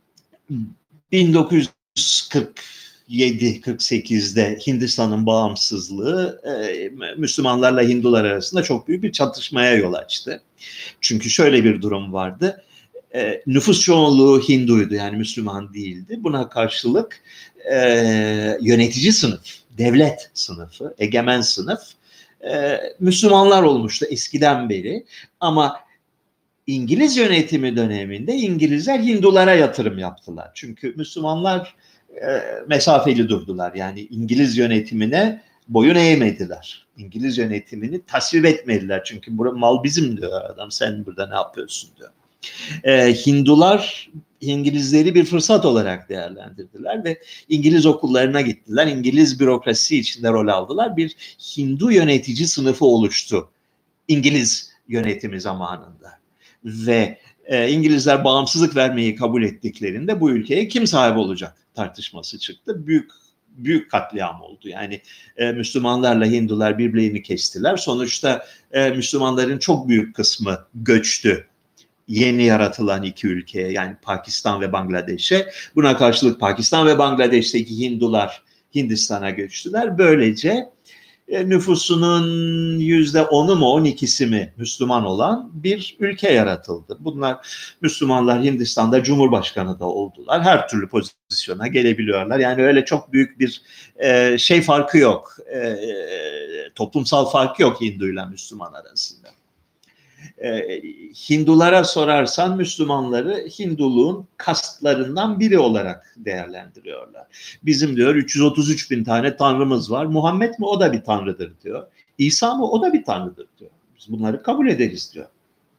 bin dokuz yüz kırk yedi kırk sekizde Hindistan'ın bağımsızlığı e, Müslümanlarla Hindular arasında çok büyük bir çatışmaya yol açtı. Çünkü şöyle bir durum vardı. E, nüfus çoğunluğu Hinduydu, yani Müslüman değildi. Buna karşılık e, yönetici sınıf, devlet sınıfı, egemen sınıf e, Müslümanlar olmuştu eskiden beri. Ama İngiliz yönetimi döneminde İngilizler Hindulara yatırım yaptılar. Çünkü Müslümanlar e, mesafeli durdular. Yani İngiliz yönetimine boyun eğmediler. İngiliz yönetimini tasvip etmediler. Çünkü bu mal bizim diyor adam. Sen burada ne yapıyorsun diyor. E, Hindular İngilizleri bir fırsat olarak değerlendirdiler ve İngiliz okullarına gittiler. İngiliz bürokrasi içinde rol aldılar. Bir Hindu yönetici sınıfı oluştu İngiliz yönetimi zamanında. Ve e, İngilizler bağımsızlık vermeyi kabul ettiklerinde bu ülkeye kim sahip olacak tartışması çıktı. Büyük büyük katliam oldu. Yani e, Müslümanlarla Hindular birbirlerini kestiler. Sonuçta e, Müslümanların çok büyük kısmı göçtü yeni yaratılan iki ülkeye, yani Pakistan ve Bangladeş'e. Buna karşılık Pakistan ve Bangladeş'teki Hindular Hindistan'a göçtüler. Böylece e, nüfusunun yüzde onu mu on ikisi mi Müslüman olan bir ülke yaratıldı. Bunlar Müslümanlar Hindistan'da Cumhurbaşkanı da oldular. Her türlü pozisyona gelebiliyorlar. Yani öyle çok büyük bir e, şey farkı yok. E, toplumsal farkı yok Hindu ile Müslüman arasında. E, Hindulara sorarsan Müslümanları Hinduluğun kastlarından biri olarak değerlendiriyorlar. Bizim diyor üç yüz otuz üç bin tane tanrımız var. Muhammed mi? O da bir tanrıdır diyor. İsa mı? O da bir tanrıdır diyor. Biz bunları kabul ederiz diyor.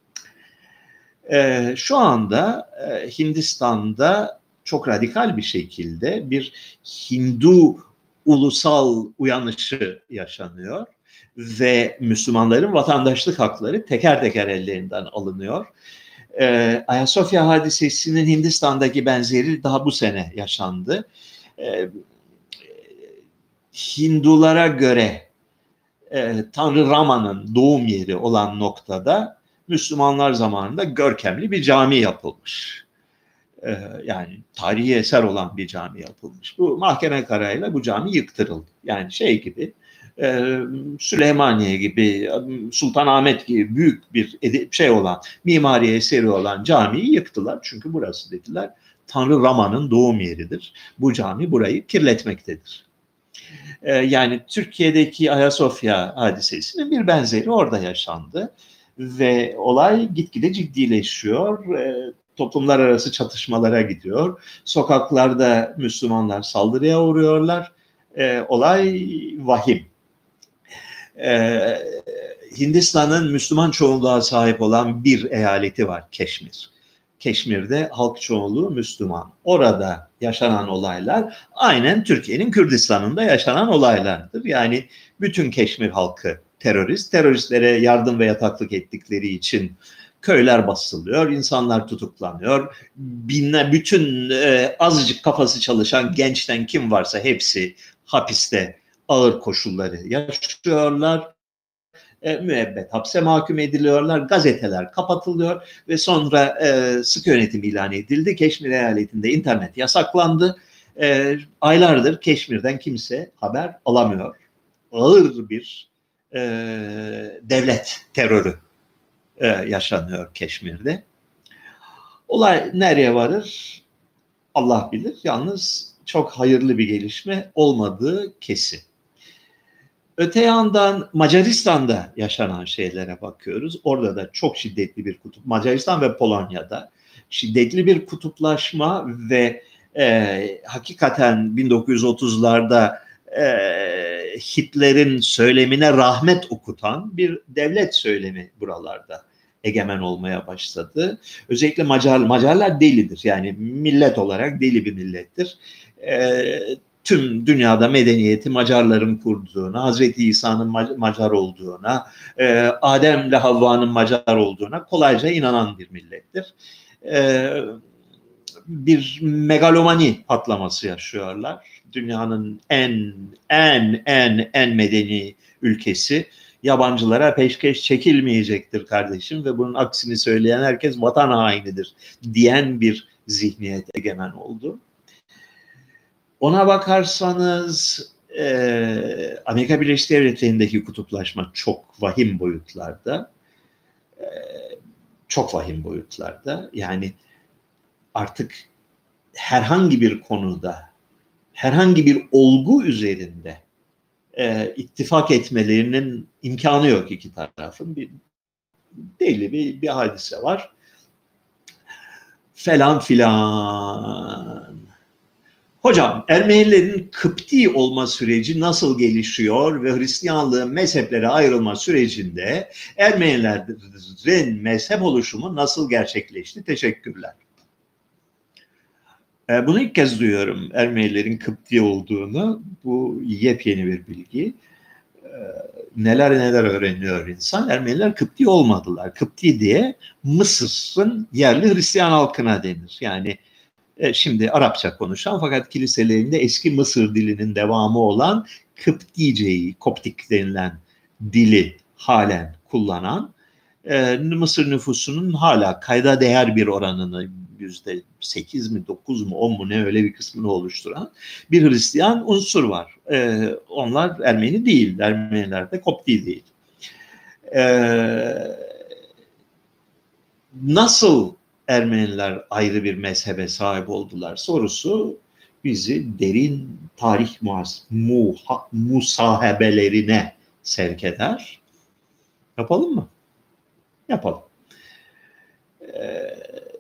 E, şu anda e, Hindistan'da çok radikal bir şekilde bir Hindu ulusal uyanışı yaşanıyor. Ve Müslümanların vatandaşlık hakları teker teker ellerinden alınıyor. Ee, Ayasofya hadisesinin Hindistan'daki benzeri daha bu sene yaşandı. Ee, Hindulara göre e, Tanrı Rama'nın doğum yeri olan noktada Müslümanlar zamanında görkemli bir cami yapılmış. E, yani tarihi eser olan bir cami yapılmış. Bu mahkeme kararıyla bu cami yıktırıldı. Yani şey gibi, e, Süleymaniye gibi, Sultanahmet gibi büyük bir şey olan, mimari eseri olan camiyi yıktılar. Çünkü burası dediler Tanrı Rama'nın doğum yeridir. Bu cami burayı kirletmektedir. Ee, yani Türkiye'deki Ayasofya hadisesinin bir benzeri orada yaşandı. Ve olay gitgide ciddileşiyor. Ee, toplumlar arası çatışmalara gidiyor. Sokaklarda Müslümanlar saldırıya uğruyorlar. Ee, olay vahim. Ee, Hindistan'ın Müslüman çoğunluğa sahip olan bir eyaleti var, Keşmir. Keşmir'de halk çoğunluğu Müslüman. Orada yaşanan olaylar aynen Türkiye'nin Kürdistan'ında yaşanan olaylardır. Yani bütün Keşmir halkı terörist. Teröristlere yardım ve yataklık ettikleri için köyler basılıyor, insanlar tutuklanıyor. Binler, bütün e, azıcık kafası çalışan gençten kim varsa hepsi hapiste ağır koşulları yaşıyorlar. E, müebbet hapse mahkum ediliyorlar, gazeteler kapatılıyor ve sonra e, sıkı yönetim ilan edildi. Keşmir eyaletinde internet yasaklandı. E, aylardır Keşmir'den kimse haber alamıyor. Ağır bir e, devlet terörü e, yaşanıyor Keşmir'de. Olay nereye varır? Allah bilir. Yalnız çok hayırlı bir gelişme olmadığı kesin. Öte yandan Macaristan'da yaşanan şeylere bakıyoruz. Orada da çok şiddetli bir kutup, Macaristan ve Polonya'da şiddetli bir kutuplaşma ve e, hakikaten bin dokuz yüz otuzlarda e, Hitler'in söylemine rahmet okutan bir devlet söylemi buralarda egemen olmaya başladı. Özellikle Macar, Macarlar delidir. Yani millet olarak deli bir millettir. E, tüm dünyada medeniyeti Macarların kurduğuna, Hazreti İsa'nın Macar olduğuna, e, Adem'le Havva'nın Macar olduğuna kolayca inanan bir millettir. E, bir megalomani patlaması yaşıyorlar. Dünyanın en en en en medeni ülkesi yabancılara peşkeş çekilmeyecektir kardeşim ve bunun aksini söyleyen herkes vatan hainidir diyen bir zihniyet egemen oldu. Ona bakarsanız e, Amerika Birleşik Devletleri'ndeki kutuplaşma çok vahim boyutlarda. E, çok vahim boyutlarda. Yani artık herhangi bir konuda, herhangi bir olgu üzerinde e, ittifak etmelerinin imkanı yok iki tarafın. Bir, deli bir, bir hadise var. Falan filan. Hocam, Ermenilerin Kıpti olma süreci nasıl gelişiyor ve Hristiyanlığın mezheplere ayrılma sürecinde Ermenilerin mezhep oluşumu nasıl gerçekleşti? Teşekkürler. Bunu ilk kez duyuyorum, Ermenilerin Kıpti olduğunu. Bu yepyeni bir bilgi. Neler neler öğreniyor insan. Ermeniler Kıpti olmadılar. Kıpti diye Mısır'ın yerli Hristiyan halkına denir. Yani şimdi Arapça konuşan fakat kiliselerinde eski Mısır dilinin devamı olan Kıptice'yi, Koptik denilen dili halen kullanan, e, Mısır nüfusunun hala kayda değer bir oranını yüzde sekiz mi dokuz mu on mu ne öyle bir kısmını oluşturan bir Hristiyan unsur var. E, onlar Ermeni değil, Ermeniler de Kopti değil. E, nasıl Ermeniler ayrı bir mezhebe sahip oldular sorusu bizi derin tarih muha, musahebelerine sevk eder. Yapalım mı? Yapalım. Ee,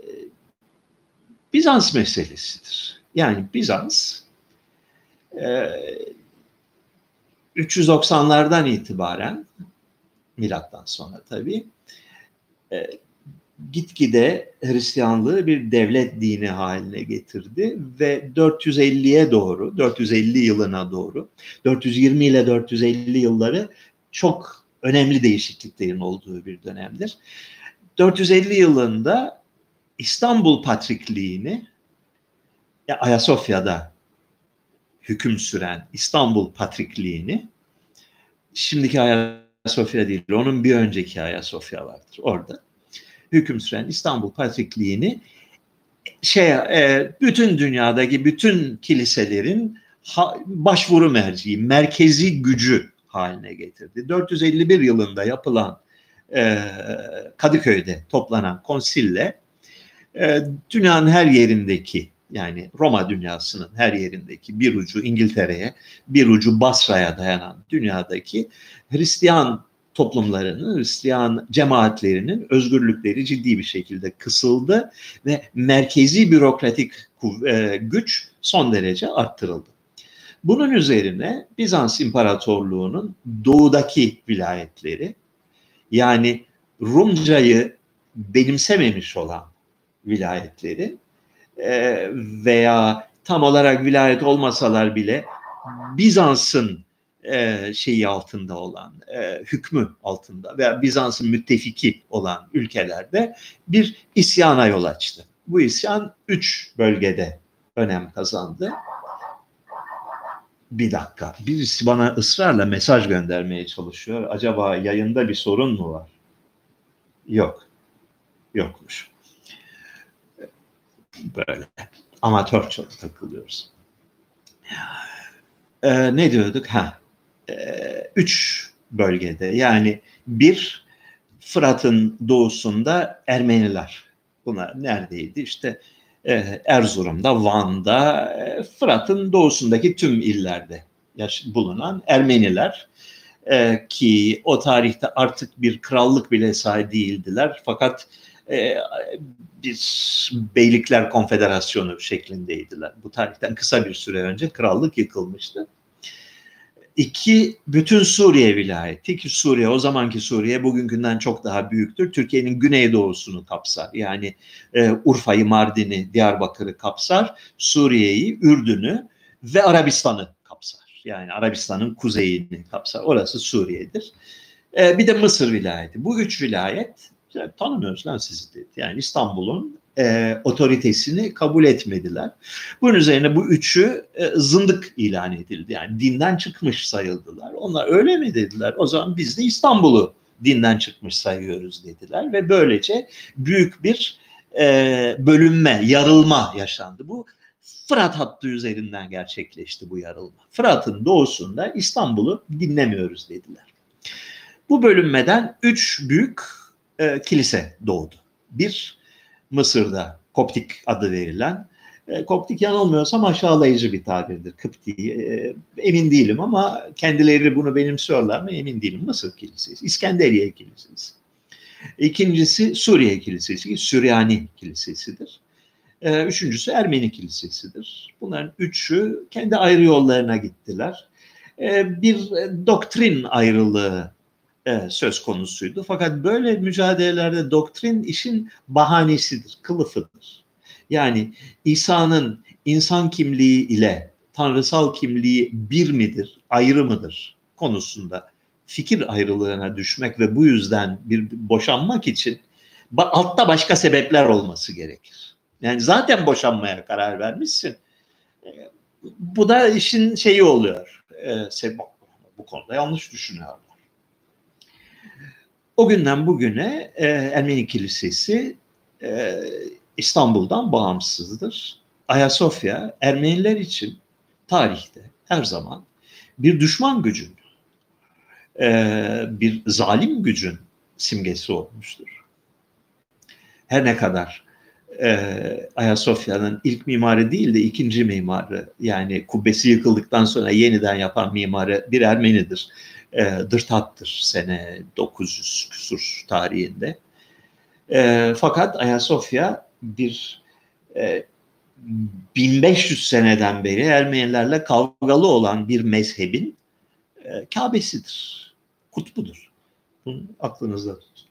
Bizans meselesidir. Yani Bizans e, üç yüz doksanlardan itibaren, milattan sonra tabii, e, gitgide Hristiyanlığı bir devlet dini haline getirdi ve dört yüz elliye doğru, dört yüz elli yılına doğru, dört yüz yirmi ile dört yüz elli yılları çok önemli değişikliklerin olduğu bir dönemdir. dört yüz elli yılında İstanbul Patrikliğini Ayasofya'da hüküm süren İstanbul Patrikliğini, şimdiki Ayasofya değil, onun bir önceki Ayasofya vardır orada, hüküm süren İstanbul Patrikliğini şey e, bütün dünyadaki bütün kiliselerin ha, başvuru merciği, merkezi gücü haline getirdi. dört yüz elli bir yılında yapılan e, Kadıköy'de toplanan konsille e, dünyanın her yerindeki, yani Roma dünyasının her yerindeki, bir ucu İngiltere'ye, bir ucu Basra'ya dayanan dünyadaki Hristiyan toplumlarının, Hristiyan cemaatlerinin özgürlükleri ciddi bir şekilde kısıldı ve merkezi bürokratik e, güç son derece arttırıldı. Bunun üzerine Bizans İmparatorluğu'nun doğudaki vilayetleri, yani Rumcayı benimsememiş olan vilayetleri e, veya tam olarak vilayet olmasalar bile Bizans'ın e, şeyi altında olan, e, hükmü altında veya Bizans'ın müttefiki olan ülkelerde bir isyana yol açtı. Bu isyan üç bölgede önem kazandı. Bir dakika, birisi bana ısrarla mesaj göndermeye çalışıyor. Acaba yayında bir sorun mu var? Yok, yokmuş. Böyle amatör çok takılıyoruz. Ee, ne diyorduk? Ha, ee, üç bölgede, yani bir, Fırat'ın doğusunda Ermeniler. Bunlar neredeydi? İşte e, Erzurum'da, Van'da, e, Fırat'ın doğusundaki tüm illerde yaş- bulunan Ermeniler e, ki o tarihte artık bir krallık bile sahibi değildiler. Fakat e, bir beylikler konfederasyonu şeklindeydiler. Bu tarihten kısa bir süre önce krallık yıkılmıştı. İki, bütün Suriye vilayeti, ki Suriye, o zamanki Suriye bugünkünden çok daha büyüktür. Türkiye'nin güneydoğusunu kapsar. Yani e, Urfa'yı, Mardin'i, Diyarbakır'ı kapsar. Suriye'yi, Ürdün'ü ve Arabistan'ı kapsar. Yani Arabistan'ın kuzeyini kapsar. Orası Suriye'dir. E, bir de Mısır vilayeti. Bu üç vilayet, tanımıyoruz lan sizi dedi. Yani İstanbul'un e, otoritesini kabul etmediler. Bunun üzerine bu üçü e, zındık ilan edildi. Yani dinden çıkmış sayıldılar. Onlar öyle mi dediler? O zaman biz de İstanbul'u dinden çıkmış sayıyoruz dediler ve böylece büyük bir e, bölünme, yarılma yaşandı. Bu Fırat hattı üzerinden gerçekleşti bu yarılma. Fırat'ın doğusunda İstanbul'u dinlemiyoruz dediler. Bu bölünmeden üç büyük e, kilise doğdu. Bir, Mısır'da Koptik adı verilen, e, Koptik yanılmıyorsam aşağılayıcı bir tabirdir. Kıpti, e, emin değilim ama kendileri bunu benimsiyorlar mı emin değilim. Mısır Kilisesi, İskenderiye Kilisesi. İkincisi Suriye Kilisesi, Süryani Kilisesidir. E, üçüncüsü Ermeni Kilisesidir. Bunların üçü kendi ayrı yollarına gittiler. E, bir doktrin ayrılığı e, söz konusuydu. Fakat böyle mücadelelerde doktrin işin bahanesidir, kılıfıdır. Yani İsa'nın insan kimliği ile tanrısal kimliği bir midir, ayrı mıdır konusunda fikir ayrılığına düşmek ve bu yüzden bir boşanmak için altta başka sebepler olması gerekir. Yani zaten boşanmaya karar vermişsin. Bu da işin şeyi oluyor. E, bu konuda yanlış düşünüyorlar. O günden bugüne e, Ermeni Kilisesi e, İstanbul'dan bağımsızdır. Ayasofya Ermeniler için tarihte her zaman bir düşman gücün, e, bir zalim gücün simgesi olmuştur. Her ne kadar e, Ayasofya'nın ilk mimarı değil de ikinci mimarı, yani kubbesi yıkıldıktan sonra yeniden yapan mimarı bir Ermenidir. E, Dırtat'tır sene dokuz yüz küsur tarihinde. E, fakat Ayasofya bir e, bin beş yüz seneden beri Ermenilerle kavgalı olan bir mezhebin e, Kabe'sidir, kutbudur. Bunu aklınızda tutun.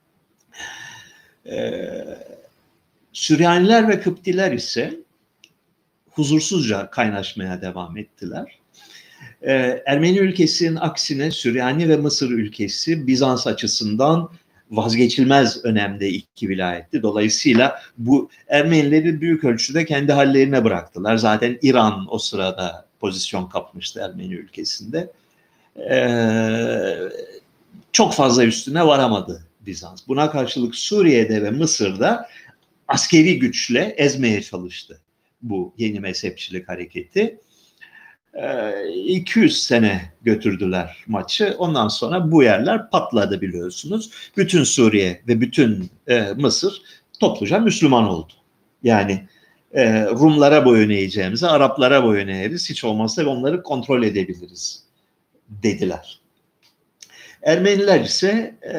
E, Süryaniler ve Kıptiler ise huzursuzca kaynaşmaya devam ettiler. Ee, Ermeni ülkesinin aksine Süryani ve Mısır ülkesi Bizans açısından vazgeçilmez önemde iki vilayetti. Dolayısıyla bu Ermenileri büyük ölçüde kendi hallerine bıraktılar. Zaten İran o sırada pozisyon kapmıştı Ermeni ülkesinde. Ee, çok fazla üstüne varamadı Bizans. Buna karşılık Suriye'de ve Mısır'da askeri güçle ezmeye çalıştı bu yeni mezhepçilik hareketi. Ee, iki yüz sene götürdüler maçı. Ondan sonra bu yerler patladı biliyorsunuz. Bütün Suriye ve bütün e, Mısır topluca Müslüman oldu. Yani e, Rumlara boyun eğeceğimize Araplara boyun eğeriz. Hiç olmazsa onları kontrol edebiliriz dediler. Ermeniler ise e,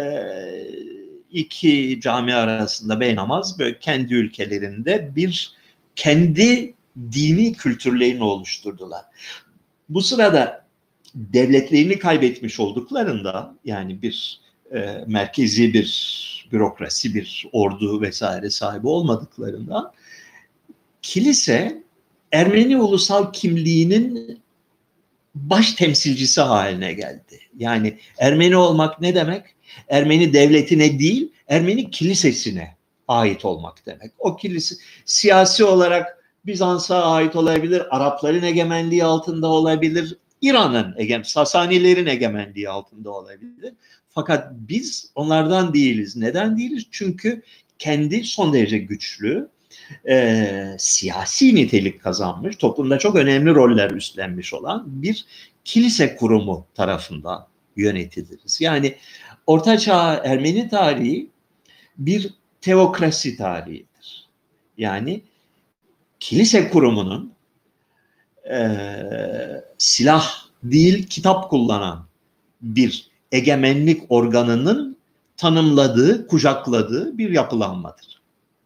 iki cami arasında beynamaz böyle kendi ülkelerinde bir kendi dini kültürlerini oluşturdular. Bu sırada devletlerini kaybetmiş olduklarında yani bir e, merkezi bir bürokrasi, bir ordu vesaire sahibi olmadıklarında kilise Ermeni ulusal kimliğinin baş temsilcisi haline geldi. Yani Ermeni olmak ne demek? Ermeni devletine değil, Ermeni kilisesine ait olmak demek. O kilise siyasi olarak Bizans'a ait olabilir, Arapların egemenliği altında olabilir, İran'ın, ege, Sasanilerin egemenliği altında olabilir. Fakat biz onlardan değiliz. Neden değiliz? Çünkü kendi son derece güçlü, e, siyasi nitelik kazanmış, toplumda çok önemli roller üstlenmiş olan bir kilise kurumu tarafından yönetiliriz. Yani Ortaçağ Ermeni tarihi bir teokrasi tarihidir. Yani kilise kurumunun e, silah değil kitap kullanan bir egemenlik organının tanımladığı, kucakladığı bir yapılanmadır.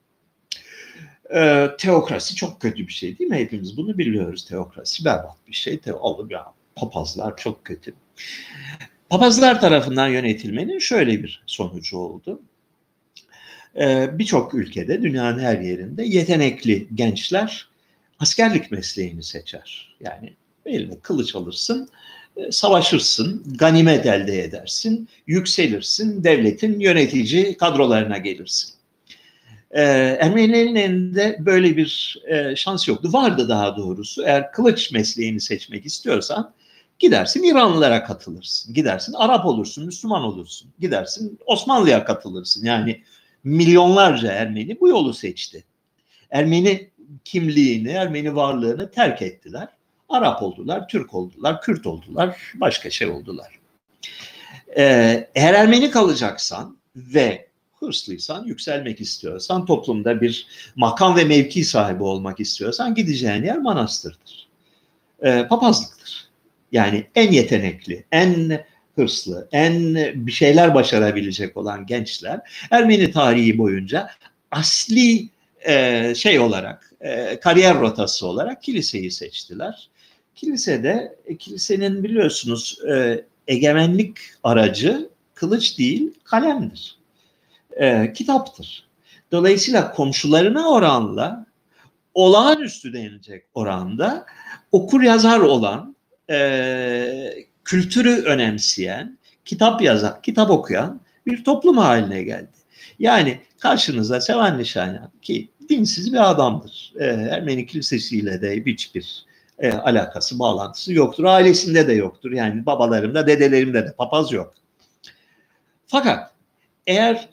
Ee, teokrasi çok kötü bir şey değil mi? Hepimiz bunu biliyoruz. Teokrasi berbat bir şey. Te ya, papazlar çok kötü. Papazlar tarafından yönetilmenin şöyle bir sonucu oldu. Ee, Birçok ülkede, dünyanın her yerinde yetenekli gençler askerlik mesleğini seçer. Yani eline kılıç alırsın, savaşırsın, ganimet elde edersin, yükselirsin, devletin yönetici kadrolarına gelirsin. Ee, Ermenilerin elinde böyle bir e, şans yoktu. Vardı daha doğrusu. Eğer kılıç mesleğini seçmek istiyorsan gidersin İranlılara katılırsın. Gidersin Arap olursun, Müslüman olursun. Gidersin Osmanlı'ya katılırsın. Yani milyonlarca Ermeni bu yolu seçti. Ermeni kimliğini, Ermeni varlığını terk ettiler. Arap oldular, Türk oldular, Kürt oldular, başka şey oldular. Ee, eğer Ermeni kalacaksan ve hırslıysan, yükselmek istiyorsan, toplumda bir makam ve mevki sahibi olmak istiyorsan gideceğin yer manastırdır. Ee, papazlıktır. Yani en yetenekli, en hırslı, en bir şeyler başarabilecek olan gençler Ermeni tarihi boyunca asli e, şey olarak, e, kariyer rotası olarak kiliseyi seçtiler. Kilisede, e, kilisenin biliyorsunuz e, egemenlik aracı kılıç değil, kalemdir. E, kitaptır. Dolayısıyla komşularına oranla olağanüstü denilecek oranda okur yazar olan, e, kültürü önemseyen, kitap yazan, kitap okuyan bir toplum haline geldi. Yani karşınıza Sevan Nişanyan ki dinsiz bir adamdır. E, Ermeni kilisesiyle de hiçbir e, alakası, bağlantısı yoktur. Ailesinde de yoktur. Yani babalarımda, dedelerimde de papaz yok. Fakat eğer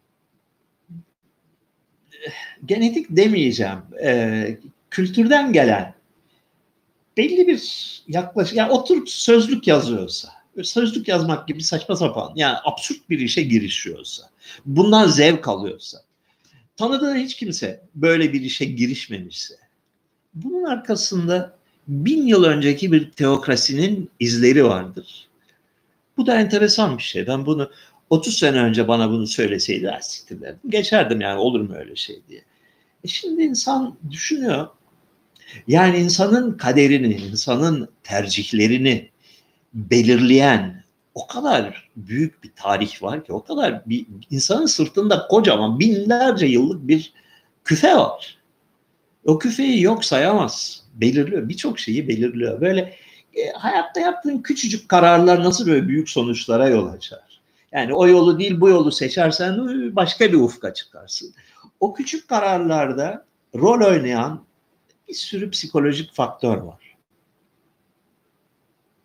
genetik demeyeceğim, e, kültürden gelen belli bir yaklaşım, yani oturup sözlük yazıyorsa, sözlük yazmak gibi saçma sapan, yani absürt bir işe girişiyorsa, bundan zevk alıyorsa, tanıdığı hiç kimse böyle bir işe girişmemişse, bunun arkasında bin yıl önceki bir teokrasinin izleri vardır. Bu da enteresan bir şey. Ben bunu otuz sene önce bana bunu söyleseydi, ah siktir derdim. Geçerdim yani, olur mu öyle şey diye. E şimdi insan düşünüyor. Yani insanın kaderini, insanın tercihlerini belirleyen o kadar büyük bir tarih var ki, o kadar bir insanın sırtında kocaman binlerce yıllık bir küfe var. O küfeyi yok sayamaz. Belirliyor. Birçok şeyi belirliyor. Böyle e, hayatta yaptığın küçücük kararlar nasıl böyle büyük sonuçlara yol açar? Yani o yolu değil bu yolu seçersen başka bir ufka çıkarsın. O küçük kararlarda rol oynayan bir sürü psikolojik faktör var.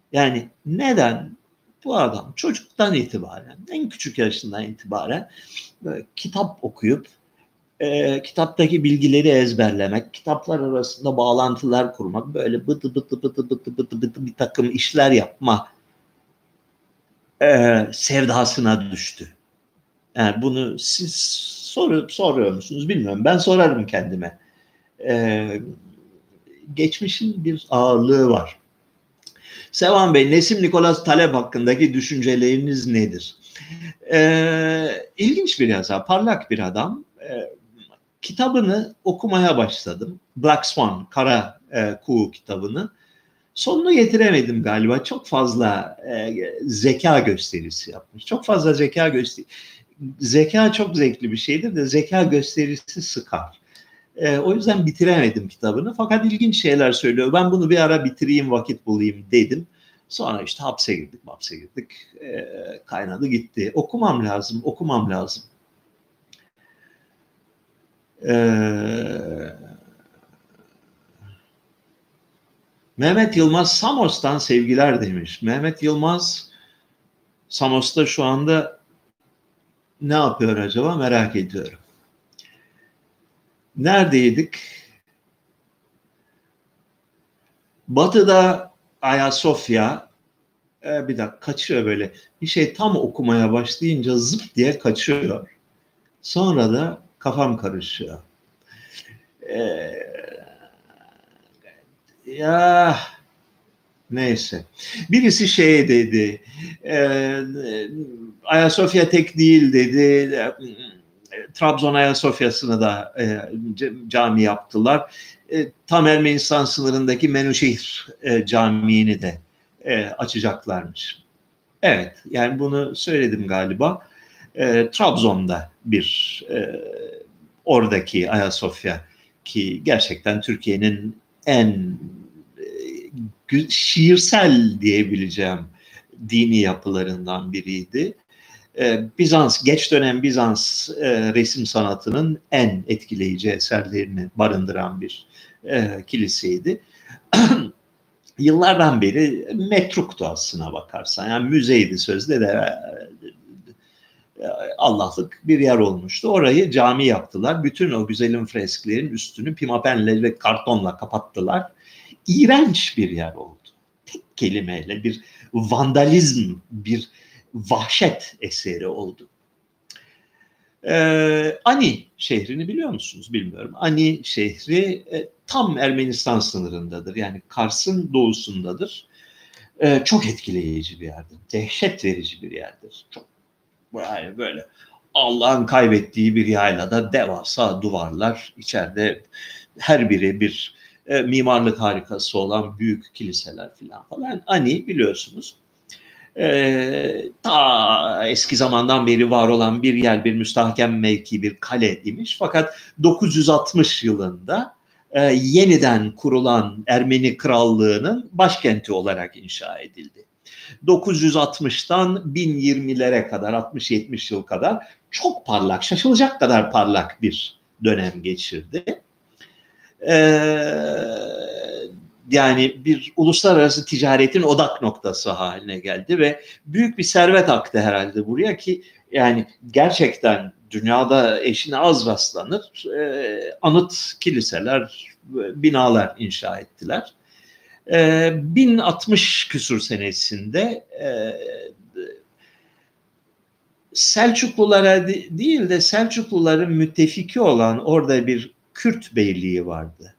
Yani neden bu adam çocuktan itibaren, en küçük yaşından itibaren böyle kitap okuyup e, kitaptaki bilgileri ezberlemek, kitaplar arasında bağlantılar kurmak, böyle bıdı bıdı bıdı bıdı bıdı bıdı bir takım işler yapma e, sevdasına düştü. Yani bunu siz sorup soruyor musunuz bilmiyorum. Ben sorarım kendime. E, geçmişin bir ağırlığı var. Sevan Bey, Nesim Nikolas Taleb hakkındaki düşünceleriniz nedir? Ee, ilginç bir yazar, parlak bir adam. Ee, kitabını okumaya başladım. Black Swan, Kara e, Kuğu kitabını. Sonunu getiremedim galiba. Çok fazla e, zeka gösterisi yapmış. Çok fazla zeka gösterisi. Zeka çok zevkli bir şeydir de zeka gösterisi sıkar. E, o yüzden bitiremedim kitabını. Fakat ilginç şeyler söylüyor. Ben bunu bir ara bitireyim, vakit bulayım dedim. Sonra işte hapse girdik, hapse girdik. E, kaynadı gitti. Okumam lazım, okumam lazım. Ee, Mehmet Yılmaz Samos'tan sevgiler demiş. Mehmet Yılmaz Samos'ta şu anda ne yapıyor acaba merak ediyorum. Neredeydik? Batı'da Ayasofya, e, bir dakika kaçıyor böyle. Bir şey tam okumaya başlayınca zıp diye kaçıyor. Sonra da kafam karışıyor. Ee, ya neyse. Birisi şey dedi. E, Ayasofya tek değil dedi. E, Trabzon Ayasofya'sını da e, cami yaptılar. E, tam Ermenistan sınırındaki Menuşehir e, Camii'ni de e, açacaklarmış. Evet, yani bunu söyledim galiba. E, Trabzon'da bir e, oradaki Ayasofya ki gerçekten Türkiye'nin en e, şiirsel diyebileceğim dini yapılarından biriydi. Ee, Bizans, geç dönem Bizans e, resim sanatının en etkileyici eserlerini barındıran bir e, kiliseydi. Yıllardan beri metruktu aslına bakarsan. Yani müzeydi sözde de e, Allah'lık bir yer olmuştu. Orayı cami yaptılar. Bütün o güzelim fresklerin üstünü pimapenle ve kartonla kapattılar. İğrenç bir yer oldu. Tek kelimeyle bir vandalizm, bir vahşet eseri oldu. Ee, Ani şehrini biliyor musunuz? Bilmiyorum. Ani şehri e, tam Ermenistan sınırındadır. Yani Kars'ın doğusundadır. Ee, çok etkileyici bir yerdir. Dehşet verici bir yerdir. Çok yani böyle Allah'ın kaybettiği bir yaylada devasa duvarlar, içeride her biri bir e, mimarlık harikası olan büyük kiliseler falan falan. Ani biliyorsunuz. Ee, ta eski zamandan beri var olan bir yer, bir müstahkem mevki, bir kale imiş. Fakat dokuz yüz altmış yılında e, yeniden kurulan Ermeni Krallığı'nın başkenti olarak inşa edildi. dokuz yüz altmıştan bin yirmilere kadar, altmış yetmiş yıl kadar çok parlak, şaşılacak kadar parlak bir dönem geçirdi. Eee yani bir uluslararası ticaretin odak noktası haline geldi ve büyük bir servet aktı herhalde buraya ki yani gerçekten dünyada eşine az rastlanır e, anıt kiliseler, binalar inşa ettiler. E, bin altmış küsur senesinde e, Selçuklulara değil de Selçukluların müttefiki olan orada bir Kürt beyliği vardı.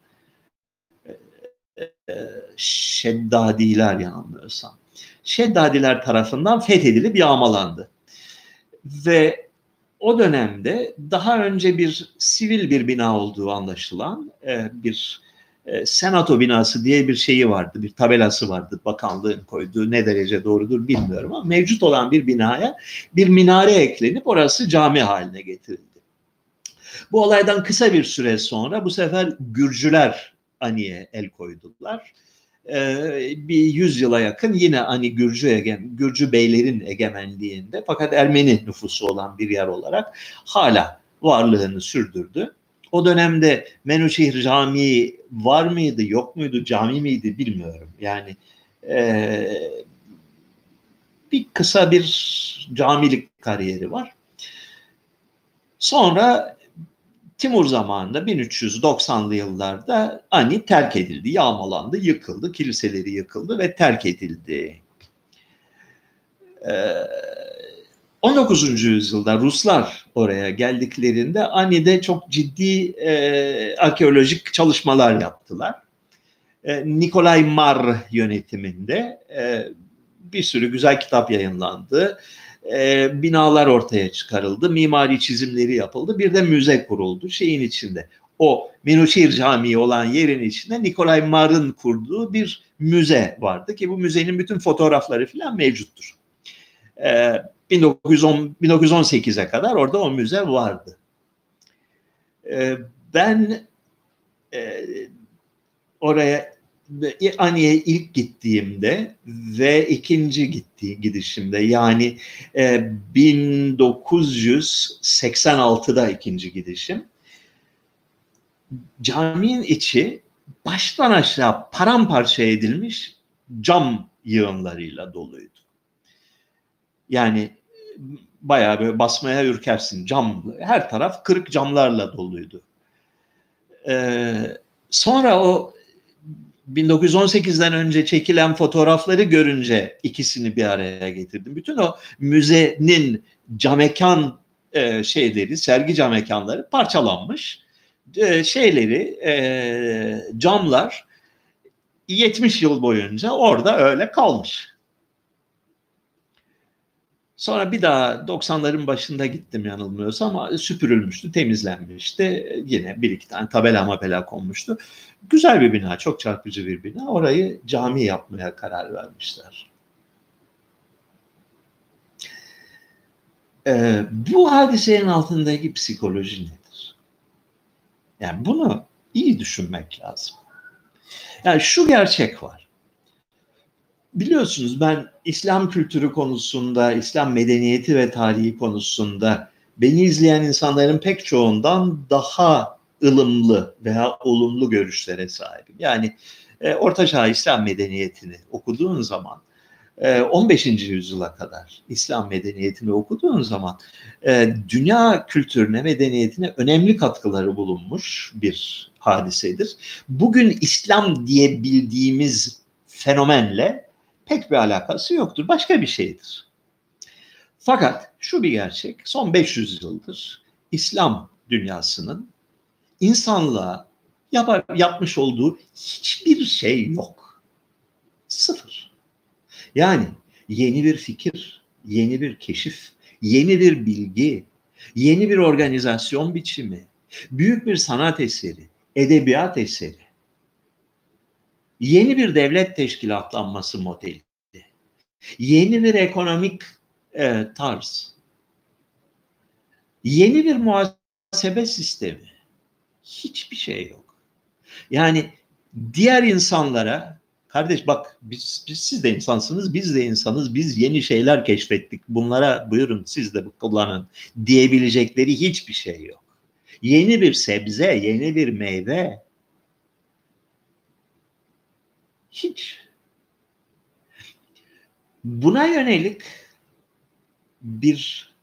Şeddadiler yanılmıyorsam. Şeddadiler tarafından fethedilip yağmalandı. Ve o dönemde daha önce bir sivil bir bina olduğu anlaşılan bir senato binası diye bir şeyi vardı, bir tabelası vardı bakanlığın koyduğu, ne derece doğrudur bilmiyorum ama mevcut olan bir binaya bir minare eklenip orası cami haline getirildi. Bu olaydan kısa bir süre sonra bu sefer Gürcüler Ani'ye el koydular. Ee, bir yüz yıla yakın yine hani Gürcü, egen, Gürcü beylerin egemenliğinde fakat Ermeni nüfusu olan bir yer olarak hala varlığını sürdürdü. O dönemde Menuşehir Camii var mıydı, yok muydu, cami miydi bilmiyorum. Yani Ee, bir kısa bir camilik kariyeri var. Sonra Timur zamanında bin üç yüz doksanlı yıllarda Ani terk edildi, yağmalandı, yıkıldı, kiliseleri yıkıldı ve terk edildi. Ee, on dokuzuncu yüzyılda Ruslar oraya geldiklerinde Ani'de çok ciddi e, arkeolojik çalışmalar yaptılar. E, Nikolay Marr yönetiminde e, bir sürü güzel kitap yayınlandı. E, binalar ortaya çıkarıldı, mimari çizimleri yapıldı, bir de müze kuruldu şeyin içinde. O Minuchir Camii olan yerin içinde Nikolay Marr'ın kurduğu bir müze vardı ki bu müzenin bütün fotoğrafları falan mevcuttur. E, bin dokuz yüz on, bin dokuz yüz on sekize kadar orada o müze vardı. E, ben e, oraya Ani'ye ilk gittiğimde ve ikinci gittiği gidişimde yani e, bin dokuz yüz seksen altıda ikinci gidişim, caminin içi baştan aşağı paramparça edilmiş cam yığınlarıyla doluydu. Yani bayağı böyle basmaya ürkersin, cam, her taraf kırık camlarla doluydu. Ee, sonra o bin dokuz yüz on sekizden önce çekilen fotoğrafları görünce ikisini bir araya getirdim. Bütün o müzenin camekan e, şeyleri, sergi camekanları parçalanmış. E, şeyleri, e, camlar yetmiş yıl boyunca orada öyle kalmış. Sonra bir daha doksanların başında gittim yanılmıyorsam ama süpürülmüştü, temizlenmişti. Yine bir iki tane tabela mabela konmuştu. Güzel bir bina, çok çarpıcı bir bina. Orayı cami yapmaya karar vermişler. Ee, bu hadisenin altındaki psikoloji nedir? Yani bunu iyi düşünmek lazım. Yani şu gerçek var. Biliyorsunuz ben İslam kültürü konusunda, İslam medeniyeti ve tarihi konusunda beni izleyen insanların pek çoğundan daha ılımlı veya olumlu görüşlere sahibim. Yani e, Orta Çağ İslam medeniyetini okuduğun zaman, e, on beşinci yüzyıla kadar İslam medeniyetini okuduğun zaman e, dünya kültürüne, medeniyetine önemli katkıları bulunmuş bir hadisedir. Bugün İslam diye bildiğimiz fenomenle pek bir alakası yoktur. Başka bir şeydir. Fakat şu bir gerçek, son beş yüz yıldır İslam dünyasının insanlığa yapar, yapmış olduğu hiçbir şey yok. Sıfır. Yani yeni bir fikir, yeni bir keşif, yeni bir bilgi, yeni bir organizasyon biçimi, büyük bir sanat eseri, edebiyat eseri, yeni bir devlet teşkilatlanması modeli, yeni bir ekonomik e, tarz, yeni bir muhasebe sistemi, hiçbir şey yok. Yani diğer insanlara, kardeş bak biz, biz siz de insansınız, biz de insanız, biz yeni şeyler keşfettik, bunlara buyurun siz de kullanın diyebilecekleri hiçbir şey yok. Yeni bir sebze, yeni bir meyve, hiç. Buna yönelik bir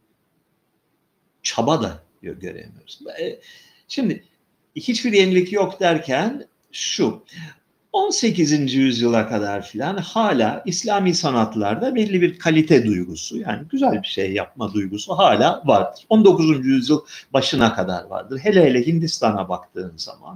çaba da göremiyoruz. Şimdi hiçbir yenilik yok derken şu, on sekizinci yüzyıla kadar filan hala İslami sanatlarda belli bir kalite duygusu, yani güzel bir şey yapma duygusu hala vardır. on dokuzuncu yüzyıl başına kadar vardır. Hele hele Hindistan'a baktığın zaman,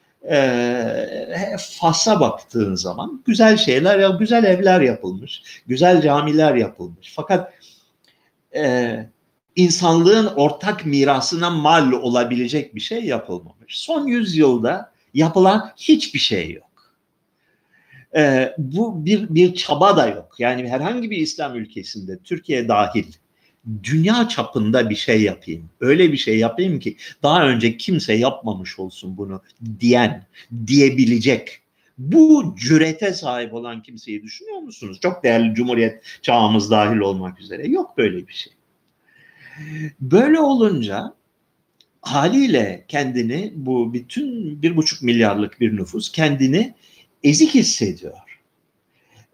e, Fas'a baktığın zaman güzel şeyler, ya güzel evler yapılmış, güzel camiler yapılmış. Fakat e, insanlığın ortak mirasına mal olabilecek bir şey yapılmamış. Son yüzyılda yapılan hiçbir şey yok. Ee, bu bir bir çaba da yok. Yani herhangi bir İslam ülkesinde, Türkiye dahil, dünya çapında bir şey yapayım, öyle bir şey yapayım ki daha önce kimse yapmamış olsun bunu diyen, diyebilecek, bu cürete sahip olan kimseyi düşünüyor musunuz? Çok değerli Cumhuriyet çağımız dahil olmak üzere. Yok böyle bir şey. Böyle olunca haliyle kendini, bu bütün bir buçuk milyarlık bir nüfus kendini ezik hissediyor.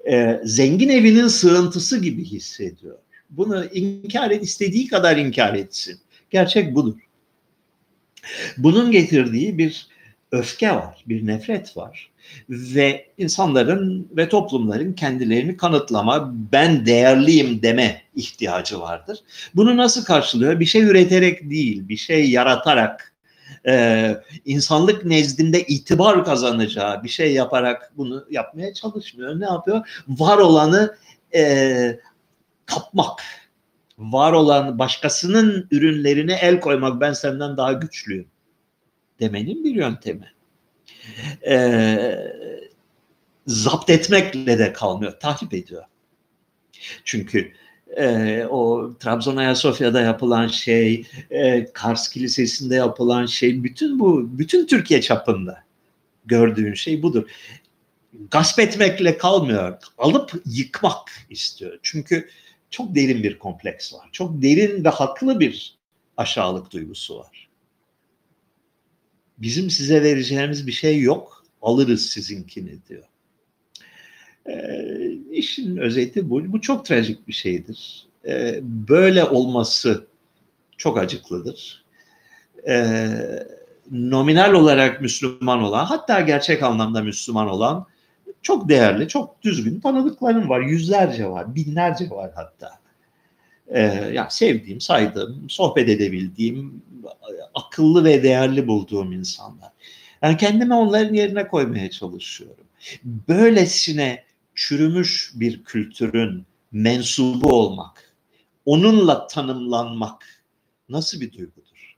e, zengin evinin sığıntısı gibi hissediyor. Bunu inkar et, istediği kadar inkar etsin. Gerçek budur. Bunun getirdiği bir öfke var, bir nefret var ve insanların ve toplumların kendilerini kanıtlama, ben değerliyim deme ihtiyacı vardır. Bunu nasıl karşılıyor? Bir şey üreterek değil, bir şey yaratarak, e, insanlık nezdinde itibar kazanacağı bir şey yaparak bunu yapmaya çalışmıyor. Ne yapıyor? Var olanı e, kapmak, var olan başkasının ürünlerine el koymak, ben senden daha güçlüyüm demenin bir yöntemi. Ee, zapt etmekle de kalmıyor, tahrip ediyor. Çünkü e, o Trabzon Ayasofya'da yapılan şey, e, Kars Kilisesi'nde yapılan şey, bütün bu, bütün Türkiye çapında gördüğün şey budur. Gasp etmekle kalmıyor, alıp yıkmak istiyor. Çünkü çok derin bir kompleks var. Çok derin ve haklı bir aşağılık duygusu var. Bizim size vereceğimiz bir şey yok, alırız sizinkini diyor. Ee, işin özeti bu. Bu çok trajik bir şeydir. Ee, böyle olması çok acıklıdır. Ee, nominal olarak Müslüman olan, hatta gerçek anlamda Müslüman olan çok değerli, çok düzgün tanıdıklarım var. Yüzlerce var, binlerce var hatta. Ee, yani sevdiğim, saydığım, sohbet edebildiğim, akıllı ve değerli bulduğum insanlar. Yani kendimi onların yerine koymaya çalışıyorum. Böylesine çürümüş bir kültürün mensubu olmak, onunla tanımlanmak nasıl bir duygudur?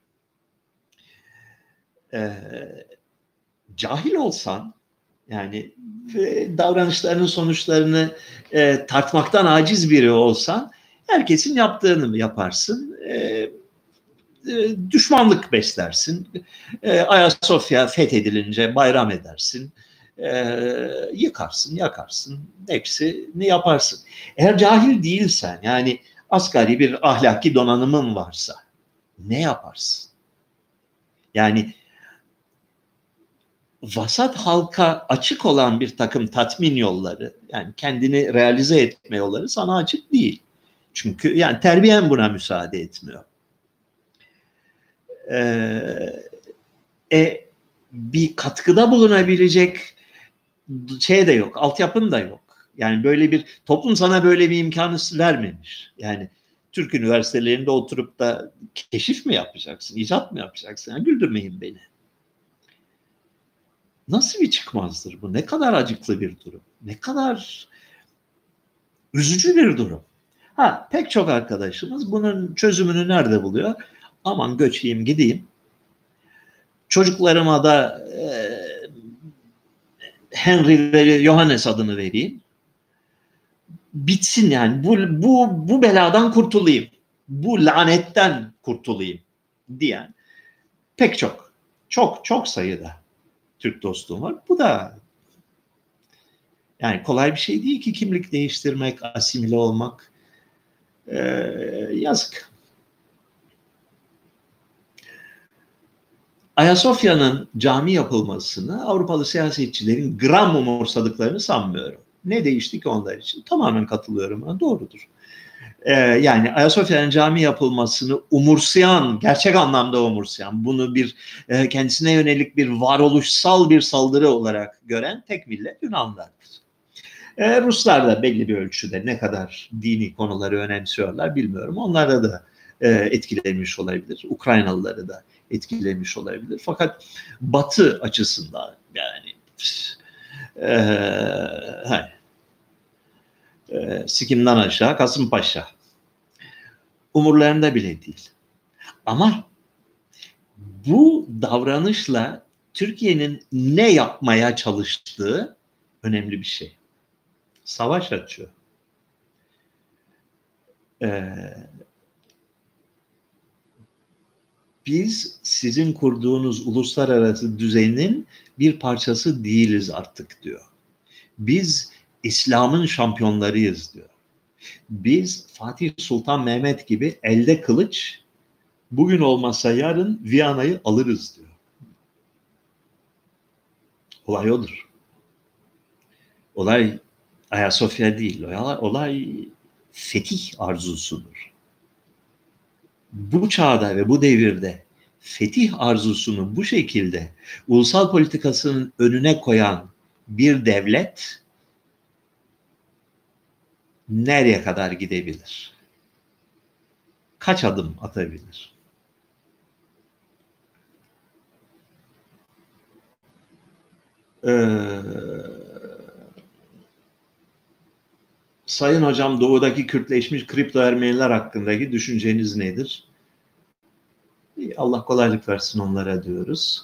Ee, cahil olsan, yani davranışlarının sonuçlarını e, tartmaktan aciz biri olsan, herkesin yaptığını mı yaparsın? E, düşmanlık beslersin. E, Ayasofya fethedilince bayram edersin. E, yıkarsın, yakarsın. Hepsini yaparsın. Eğer cahil değilsen, yani asgari bir ahlaki donanımın varsa ne yaparsın? Yani vasat halka açık olan bir takım tatmin yolları, yani kendini realize etme yolları sana açık değil. Çünkü yani terbiyen buna müsaade etmiyor. Ee, e, bir katkıda bulunabilecek şey de yok, altyapın da yok. Yani böyle bir toplum sana böyle bir imkanı vermemiş. Yani Türk üniversitelerinde oturup da keşif mi yapacaksın, icat mı yapacaksın? Yani güldürmeyin beni. Nasıl bir çıkmazdır bu? Ne kadar acıklı bir durum. Ne kadar üzücü bir durum. Ha, pek çok arkadaşımız bunun çözümünü nerede buluyor? Aman göçeyim gideyim. Çocuklarıma da e, Henry ve Johannes adını vereyim. Bitsin yani. Bu, bu, bu beladan kurtulayım. Bu lanetten kurtulayım diyen pek çok, çok, çok sayıda Türk dostum var. Bu da yani kolay bir şey değil ki kimlik değiştirmek, asimile olmak. Ee, yazık. Ayasofya'nın cami yapılmasını Avrupalı siyasetçilerin gram umursadıklarını sanmıyorum. Ne değişti ki onlar için? Tamamen katılıyorum. Doğrudur. Ee, yani Ayasofya'nın cami yapılmasını umursayan, gerçek anlamda umursayan, bunu bir e, kendisine yönelik bir varoluşsal bir saldırı olarak gören tek millet Yunanlardır. Ee, Ruslar da belli bir ölçüde ne kadar dini konuları önemsiyorlar bilmiyorum. Onlara da e, etkilenmiş olabilir. Ukraynalıları da etkilenmiş olabilir. Fakat Batı açısından yani e, hani, e, Sikim'den aşağı Kasımpaşa umurlarında bile değil. Ama bu davranışla Türkiye'nin ne yapmaya çalıştığı önemli bir şey. Savaş açıyor. Ee, biz sizin kurduğunuz uluslararası düzenin bir parçası değiliz artık diyor. Biz İslam'ın şampiyonlarıyız diyor. Biz Fatih Sultan Mehmet gibi elde kılıç, bugün olmasa yarın Viyana'yı alırız diyor. Olay odur. Olay Ayasofya değil, olay fetih arzusudur. Bu çağda ve bu devirde fetih arzusunu bu şekilde ulusal politikasının önüne koyan bir devlet nereye kadar gidebilir? Kaç adım atabilir? Ee, Sayın Hocam, doğudaki Kürtleşmiş kripto Ermeniler hakkındaki düşünceniz nedir? Allah kolaylık versin onlara diyoruz.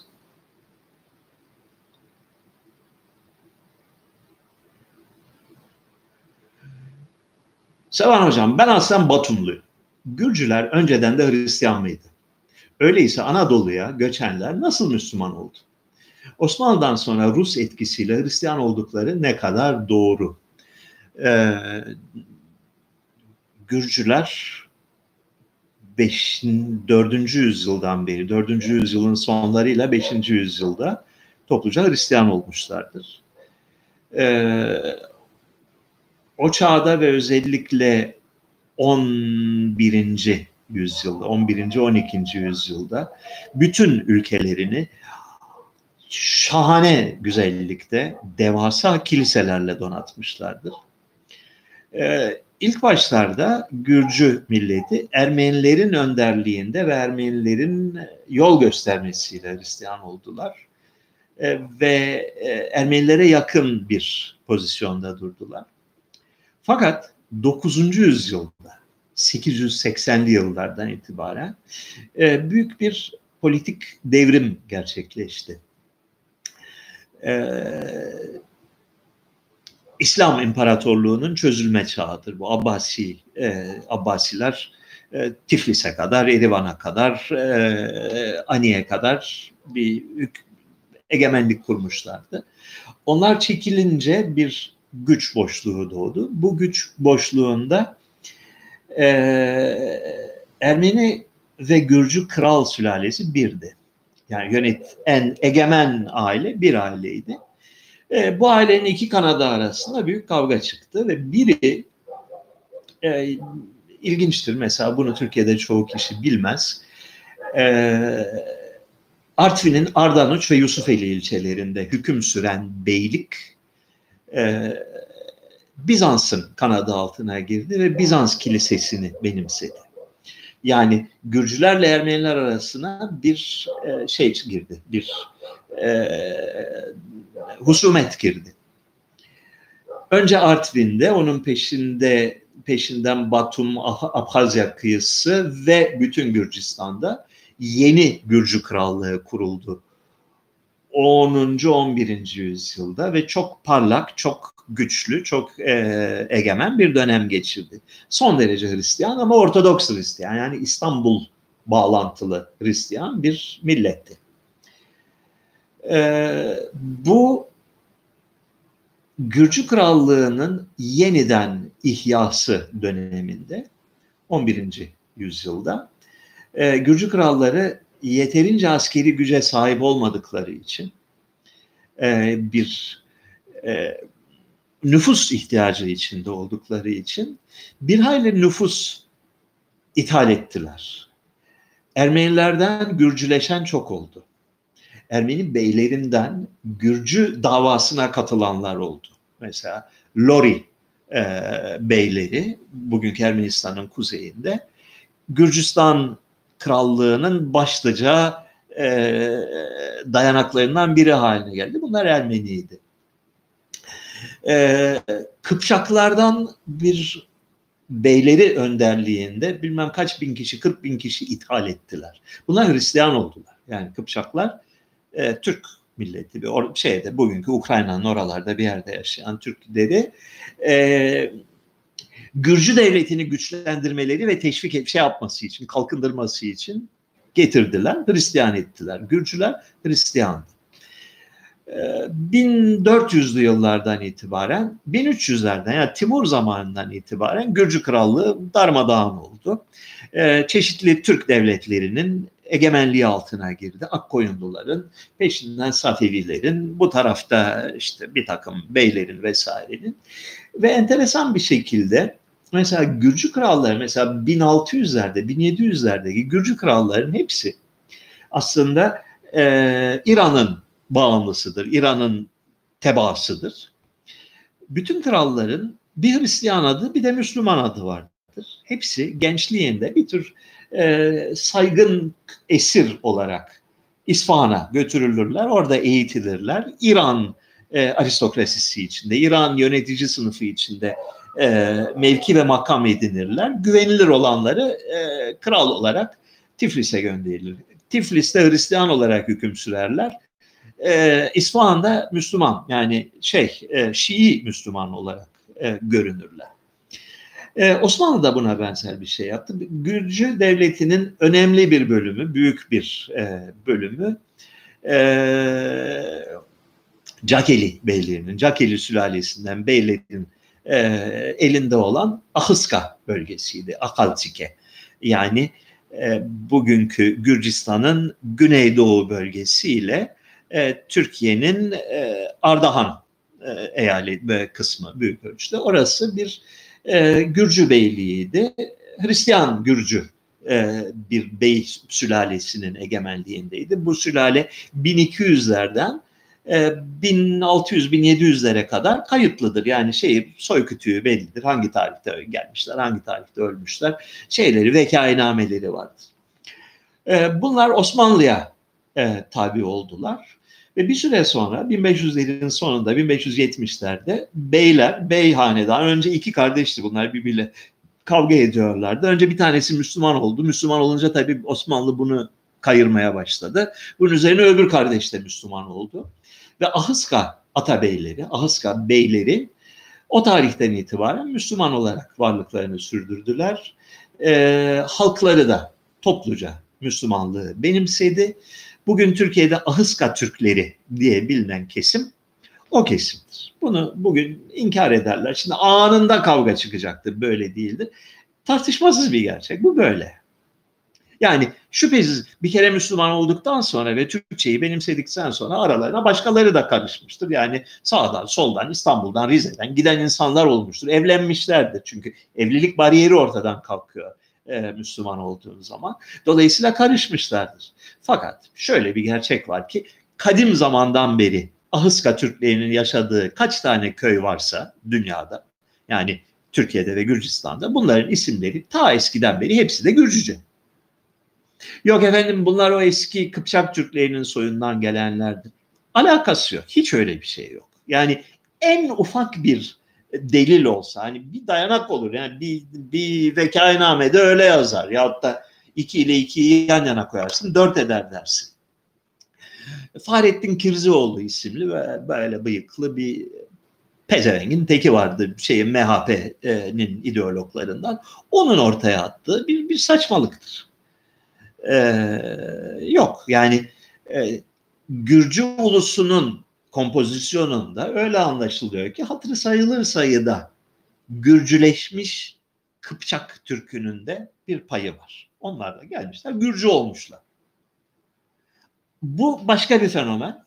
Sevan Hocam, ben aslen Batumluyum. Gürcüler önceden de Hristiyan mıydı? Öyleyse Anadolu'ya göçenler nasıl Müslüman oldu? Osmanlı'dan sonra Rus etkisiyle Hristiyan oldukları ne kadar doğru? Ee, Gürcüler dördüncü yüzyıldan beri, dördüncü yüzyılın sonlarıyla beşinci yüzyılda topluca Hristiyan olmuşlardır. Ee, o çağda ve özellikle on birinci yüzyılda, on birinci on ikinci yüzyılda bütün ülkelerini şahane güzellikte devasa kiliselerle donatmışlardır. Ee, ilk başlarda Gürcü milleti Ermenilerin önderliğinde ve Ermenilerin yol göstermesiyle Hristiyan oldular. Ee, ve e, Ermenilere yakın bir pozisyonda durdular. Fakat dokuzuncu yüzyılda, sekiz yüz seksenli yıllardan itibaren e, büyük bir politik devrim gerçekleşti. Ee, İslam İmparatorluğu'nun çözülme çağıdır bu. Abbasi, e, Abbasiler e, Tiflis'e kadar, Erivan'a kadar, e, Ani'ye kadar bir egemenlik kurmuşlardı. Onlar çekilince bir güç boşluğu doğdu. Bu güç boşluğunda e, Ermeni ve Gürcü kral sülalesi birdi. Yani yönet en egemen aile bir aileydi. E, bu ailenin iki kanadı arasında büyük kavga çıktı ve biri e, ilginçtir. Mesela bunu Türkiye'de çoğu kişi bilmez. E, Artvin'in Ardanuç ve Yusufeli ilçelerinde hüküm süren beylik e, Bizans'ın kanadı altına girdi ve Bizans kilisesini benimsedi. Yani Gürcülerle Ermeniler arasına bir e, şey girdi, bir e, husumet girdi. Önce Artvin'de, onun peşinde peşinden Batum, Abhazya kıyısı ve bütün Gürcistan'da yeni Gürcü krallığı kuruldu. onuncu on birinci yüzyılda ve çok parlak, çok güçlü, çok e, egemen bir dönem geçirdi. Son derece Hristiyan ama Ortodoks Hristiyan, yani İstanbul bağlantılı Hristiyan bir milletti. E, bu Gürcü Krallığı'nın yeniden ihyası döneminde on birinci yüzyılda e, Gürcü kralları yeterince askeri güce sahip olmadıkları için e, bir e, nüfus ihtiyacı içinde oldukları için bir hayli nüfus ithal ettiler. Ermenilerden Gürcüleşen çok oldu. Ermeni beylerinden Gürcü davasına katılanlar oldu. Mesela Lori e, beyleri bugünkü Ermenistan'ın kuzeyinde Gürcistan Krallığı'nın başlıca e, dayanaklarından biri haline geldi. Bunlar Ermeniydi. E, Kıpçaklardan bir beyleri önderliğinde bilmem kaç bin kişi, kırk bin kişi ithal ettiler. Bunlar Hristiyan oldular. Yani Kıpçaklar e, Türk milleti, bir or- şeyde bugünkü Ukrayna'nın oralarda bir yerde yaşayan Türkleri e, Gürcü devletini güçlendirmeleri ve teşvik et, şey yapması için, kalkındırması için getirdiler, Hristiyan ettiler. Gürcüler Hristiyandı. bin dört yüzlü yıllardan itibaren, bin üç yüzlerden yani Timur zamanından itibaren Gürcü Krallığı darmadağın oldu. Çeşitli Türk devletlerinin egemenliği altına girdi. Akkoyunluların, peşinden Safevilerin, bu tarafta işte bir takım beylerin vesairenin. Ve enteresan bir şekilde mesela Gürcü kralları, mesela bin altı yüzlerde, bin yedi yüzlerdeki Gürcü kralların hepsi aslında e, İran'ın bağımlısıdır, İran'ın tebaasıdır. Bütün kralların bir Hristiyan adı, bir de Müslüman adı vardır. Hepsi gençliğinde bir tür e, saygın esir olarak İsfahan'a götürülürler, orada eğitilirler. İran e, aristokrasisi içinde, İran yönetici sınıfı içinde e, mevki ve makam edinirler. Güvenilir olanları e, kral olarak Tiflis'e gönderilir. Tiflis'te Hristiyan olarak hüküm sürerler. E, İsfahan'da Müslüman, yani şey e, Şii Müslüman olarak e, görünürler. E, Osmanlı da buna benzer bir şey yaptı. Gürcü devletinin önemli bir bölümü, büyük bir e, bölümü e, Cakeli beyliğinin, Cakeli sülalesinden beylerin e, elinde olan Ahıska bölgesiydi, Akaltike. Yani e, bugünkü Gürcistan'ın güneydoğu bölgesiyle e, Türkiye'nin e, Ardahan e, eyaleti ve kısmı büyük ölçüde. Orası bir e, Gürcü beyliğiydi. Hristiyan Gürcü e, bir bey sülalesinin egemenliğindeydi. Bu sülale bin iki yüzlerden bin altı yüz bin yedi yüzlere kadar kayıtlıdır. Yani şey, soykütüğü bellidir. Hangi tarihte gelmişler, hangi tarihte ölmüşler. Şeyleri, vekainameleri vardır. Bunlar Osmanlı'ya tabi oldular. Ve bir süre sonra bin beş yüzlerin sonunda, bin beş yüz yetmişlerde beyler, bey hanedan, önce iki kardeşti bunlar, birbiriyle kavga ediyorlardı. Önce bir tanesi Müslüman oldu. Müslüman olunca tabii Osmanlı bunu kayırmaya başladı. Bunun üzerine öbür kardeş de Müslüman oldu. Ve Ahıska atabeyleri, Ahıska beyleri o tarihten itibaren Müslüman olarak varlıklarını sürdürdüler. Ee, halkları da topluca Müslümanlığı benimsedi. Bugün Türkiye'de Ahıska Türkleri diye bilinen kesim o kesimdir. Bunu bugün inkar ederler. Şimdi anında kavga çıkacaktır, böyle değildir. Tartışmasız bir gerçek, bu böyle. Yani şüphesiz bir kere Müslüman olduktan sonra ve Türkçeyi benimsedikten sonra aralarına başkaları da karışmıştır. Yani sağdan, soldan, İstanbul'dan, Rize'den giden insanlar olmuştur. Evlenmişlerdir, çünkü evlilik bariyeri ortadan kalkıyor e, Müslüman olduğun zaman. Dolayısıyla karışmışlardır. Fakat şöyle bir gerçek var ki kadim zamandan beri Ahıska Türklerinin yaşadığı kaç tane köy varsa dünyada, yani Türkiye'de ve Gürcistan'da, bunların isimleri ta eskiden beri hepsi de Gürcüce. Yok efendim bunlar o eski Kıpçak Türklerinin soyundan gelenlerdir. Alakası yok. Hiç öyle bir şey yok. Yani en ufak bir delil olsa, hani bir dayanak olur. Yani bir, bir vekainamede öyle yazar. Yahut da iki ile ikiyi yan yana koyarsın, dört eder dersin. Fahrettin Kirzioğlu isimli ve böyle bıyıklı bir pezevengin teki vardı, şeyin M H P'nin ideologlarından. Onun ortaya attığı bir, bir saçmalıktır. Ee, yok yani e, Gürcü ulusunun kompozisyonunda öyle anlaşılıyor ki hatırı sayılır sayıda Gürcüleşmiş Kıpçak Türk'ünün de bir payı var. Onlar da gelmişler, Gürcü olmuşlar. Bu başka bir fenomen.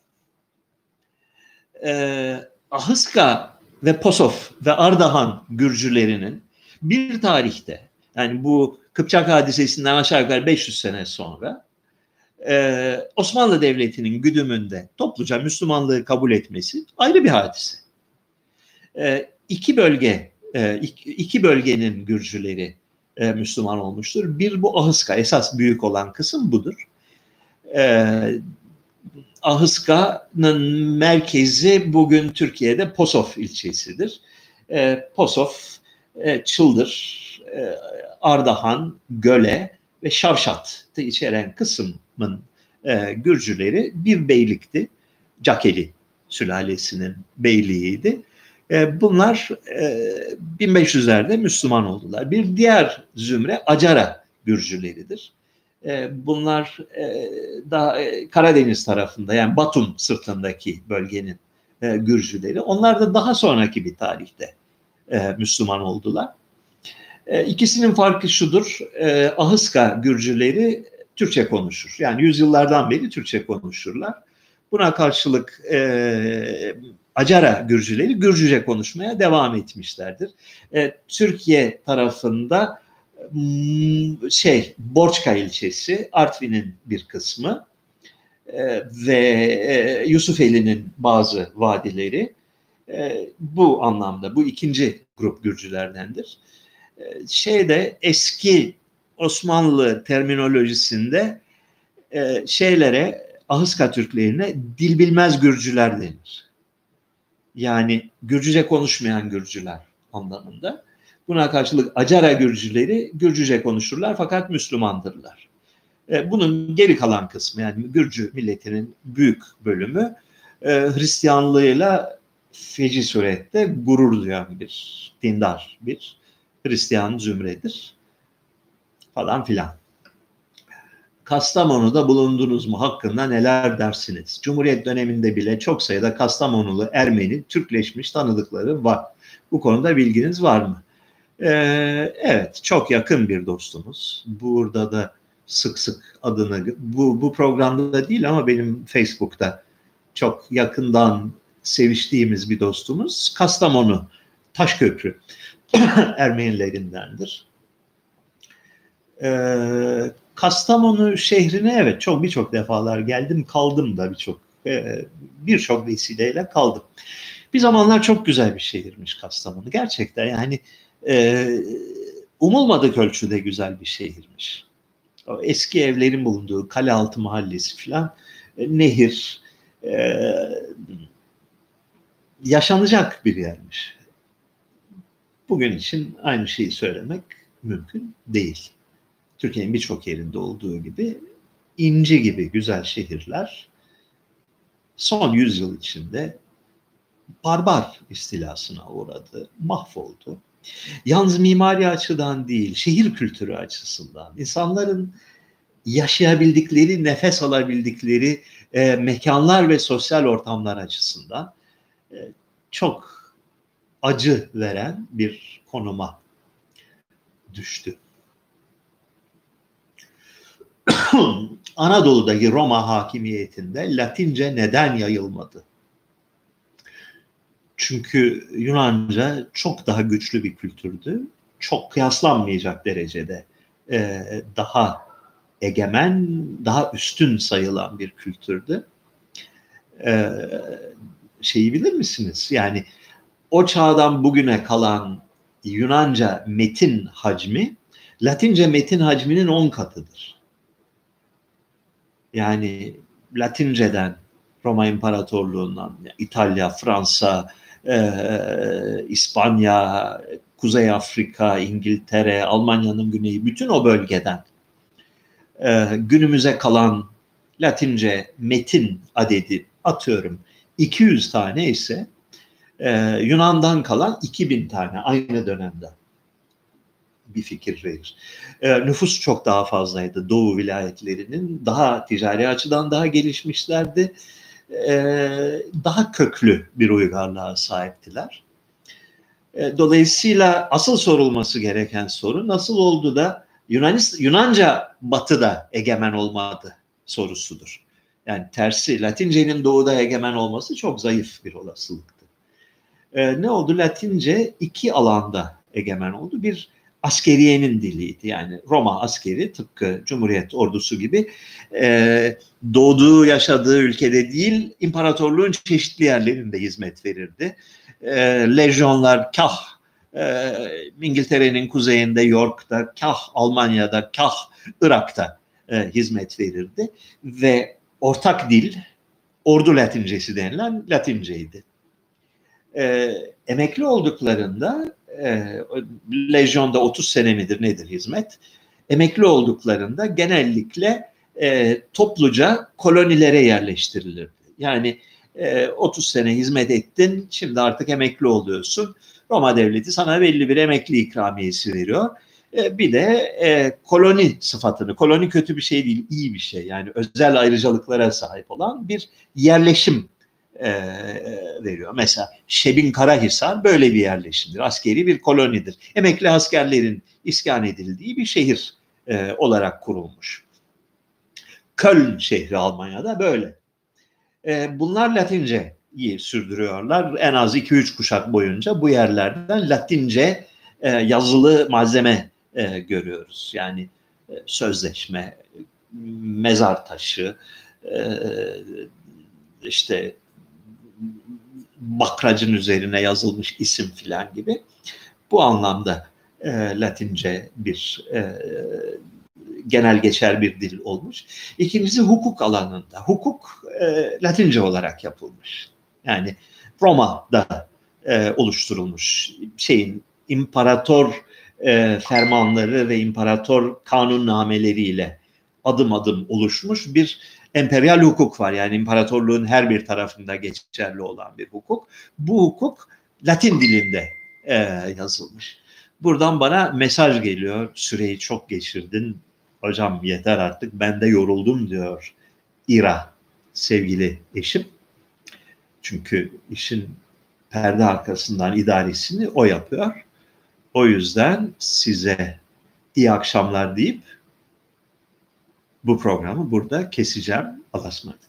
Ee, Ahıska ve Posof ve Ardahan Gürcülerinin bir tarihte, yani bu Kıpçak hadisesinden aşağı yukarı beş yüz sene sonra e, Osmanlı Devleti'nin güdümünde topluca Müslümanlığı kabul etmesi ayrı bir hadise. E, iki bölge, e, iki, iki bölgenin Gürcüleri e, Müslüman olmuştur. Bir bu Ahıska, esas büyük olan kısım budur. E, Ahıska'nın merkezi bugün Türkiye'de Posof ilçesidir. E, Posof, e, Çıldır, e, Ardahan, Göle ve Şavşat'ı içeren kısmın e, Gürcüleri bir beylikti. Cakeli sülalesinin beyliğiydi. E, bunlar e, bin beş yüzlerde Müslüman oldular. Bir diğer zümre Acara Gürcüleridir. E, bunlar e, daha e, Karadeniz tarafında, yani Batum sırtındaki bölgenin e, Gürcüleri. Onlar da daha sonraki bir tarihte e, Müslüman oldular. E, ikisinin farkı şudur: e, Ahıska Gürcüleri Türkçe konuşur. Yani yüzyıllardan beri Türkçe konuşurlar. Buna karşılık e, Acara Gürcüleri Gürcüce konuşmaya devam etmişlerdir. E, Türkiye tarafında şey Borçka ilçesi, Artvin'in bir kısmı e, ve e, Yusufeli'nin bazı vadileri e, bu anlamda bu ikinci grup Gürcülerdendir. E, şeyde eski Osmanlı terminolojisinde e, şeylere Ahıska Türklerine dil bilmez Gürcüler denir. Yani Gürcüce konuşmayan Gürcüler anlamında. Buna karşılık Acara Gürcüleri Gürcüce konuşurlar fakat Müslümandırlar. Bunun geri kalan kısmı yani Gürcü milletinin büyük bölümü Hristiyanlığıyla feci surette gurur duyan bir dindar bir Hristiyan zümredir falan filan. Kastamonu'da bulundunuz mu? Hakkında neler dersiniz? Cumhuriyet döneminde bile çok sayıda Kastamonulu Ermeni Türkleşmiş tanıdıkları var. Bu konuda bilginiz var mı? Ee, evet, çok yakın bir dostumuz. Burada da sık sık adını, bu, bu programda değil ama benim Facebook'ta çok yakından seviştiğimiz bir dostumuz Kastamonu Taşköprü Ermenilerindendir. Ee, Kastamonu şehrine evet çok birçok defalar geldim, kaldım da birçok e, birçok vesileyle kaldım. Bir zamanlar çok güzel bir şehirmiş Kastamonu. Gerçekten yani e, umulmadık ölçüde güzel bir şehirmiş. O eski evlerin bulunduğu Kalealtı Mahallesi falan, e, nehir, e, yaşanacak bir yermiş. Bugün için aynı şeyi söylemek mümkün değil. Türkiye'nin birçok yerinde olduğu gibi İnci gibi güzel şehirler son yüzyıl içinde barbar istilasına uğradı, mahvoldu. Yalnız mimari açıdan değil, şehir kültürü açısından, insanların yaşayabildikleri, nefes alabildikleri e, mekanlar ve sosyal ortamlar açısından e, çok acı veren bir konuma düştü. Anadolu'daki Roma hakimiyetinde Latince neden yayılmadı? Çünkü Yunanca çok daha güçlü bir kültürdü. Çok kıyaslanmayacak derecede e, daha egemen, daha üstün sayılan bir kültürdü. E, şeyi bilir misiniz? Yani o çağdan bugüne kalan Yunanca metin hacmi, Latince metin hacminin on katıdır. Yani Latinceden, Roma İmparatorluğu'ndan, İtalya, Fransa, e, İspanya, Kuzey Afrika, İngiltere, Almanya'nın güneyi, bütün o bölgeden e, günümüze kalan Latince metin adedi atıyorum iki yüz tane ise e, Yunan'dan kalan iki bin tane aynı dönemde bir fikir verir. E, nüfus çok daha fazlaydı. Doğu vilayetlerinin daha ticari açıdan daha gelişmişlerdi. E, daha köklü bir uygarlığa sahiptiler. E, dolayısıyla asıl sorulması gereken soru nasıl oldu da Yunanist, Yunanca batıda egemen olmadı sorusudur. Yani tersi Latince'nin doğuda egemen olması çok zayıf bir olasılıktı. E, ne oldu? Latince iki alanda egemen oldu. Bir askeriyenin diliydi. Yani Roma askeri tıpkı Cumhuriyet ordusu gibi e, doğduğu yaşadığı ülkede değil imparatorluğun çeşitli yerlerinde hizmet verirdi. E, lejyonlar kah e, İngiltere'nin kuzeyinde York'ta, kah Almanya'da, kah Irak'ta e, hizmet verirdi ve ortak dil ordu Latincesi denilen Latinceydi. E, emekli olduklarında e, lejyonda otuz sene midir nedir hizmet? Emekli olduklarında genellikle e, topluca kolonilere yerleştirilirdi. Yani e, otuz sene hizmet ettin, şimdi artık emekli oluyorsun. Roma devleti sana belli bir emekli ikramiyesi veriyor. E, bir de e, koloni sıfatını, koloni kötü bir şey değil, iyi bir şey. Yani özel ayrıcalıklara sahip olan bir yerleşim E, veriyor. Mesela Şebin Karahisar böyle bir yerleşimdir. Askeri bir kolonidir. Emekli askerlerin iskan edildiği bir şehir e, olarak kurulmuş. Köln şehri Almanya'da böyle. E, bunlar Latince sürdürüyorlar. En az iki üç kuşak boyunca bu yerlerden Latince e, yazılı malzeme e, görüyoruz. Yani e, sözleşme, mezar taşı, e, işte bakracın üzerine yazılmış isim filan gibi. Bu anlamda e, Latince bir e, genel geçer bir dil olmuş. İkincisi hukuk alanında. Hukuk e, Latince olarak yapılmış. Yani Roma'da e, oluşturulmuş şeyin imparator e, fermanları ve imparator kanunnameleriyle adım adım oluşmuş bir emperyal hukuk var. Yani imparatorluğun her bir tarafında geçerli olan bir hukuk. Bu hukuk Latin dilinde e, yazılmış. Buradan bana mesaj geliyor. Süreyi çok geçirdin. Hocam yeter artık, ben de yoruldum diyor İra, sevgili eşim. Çünkü işin perde arkasından idaresini o yapıyor. O yüzden size iyi akşamlar deyip bu programı burada keseceğim. Allah'a ısmarladık.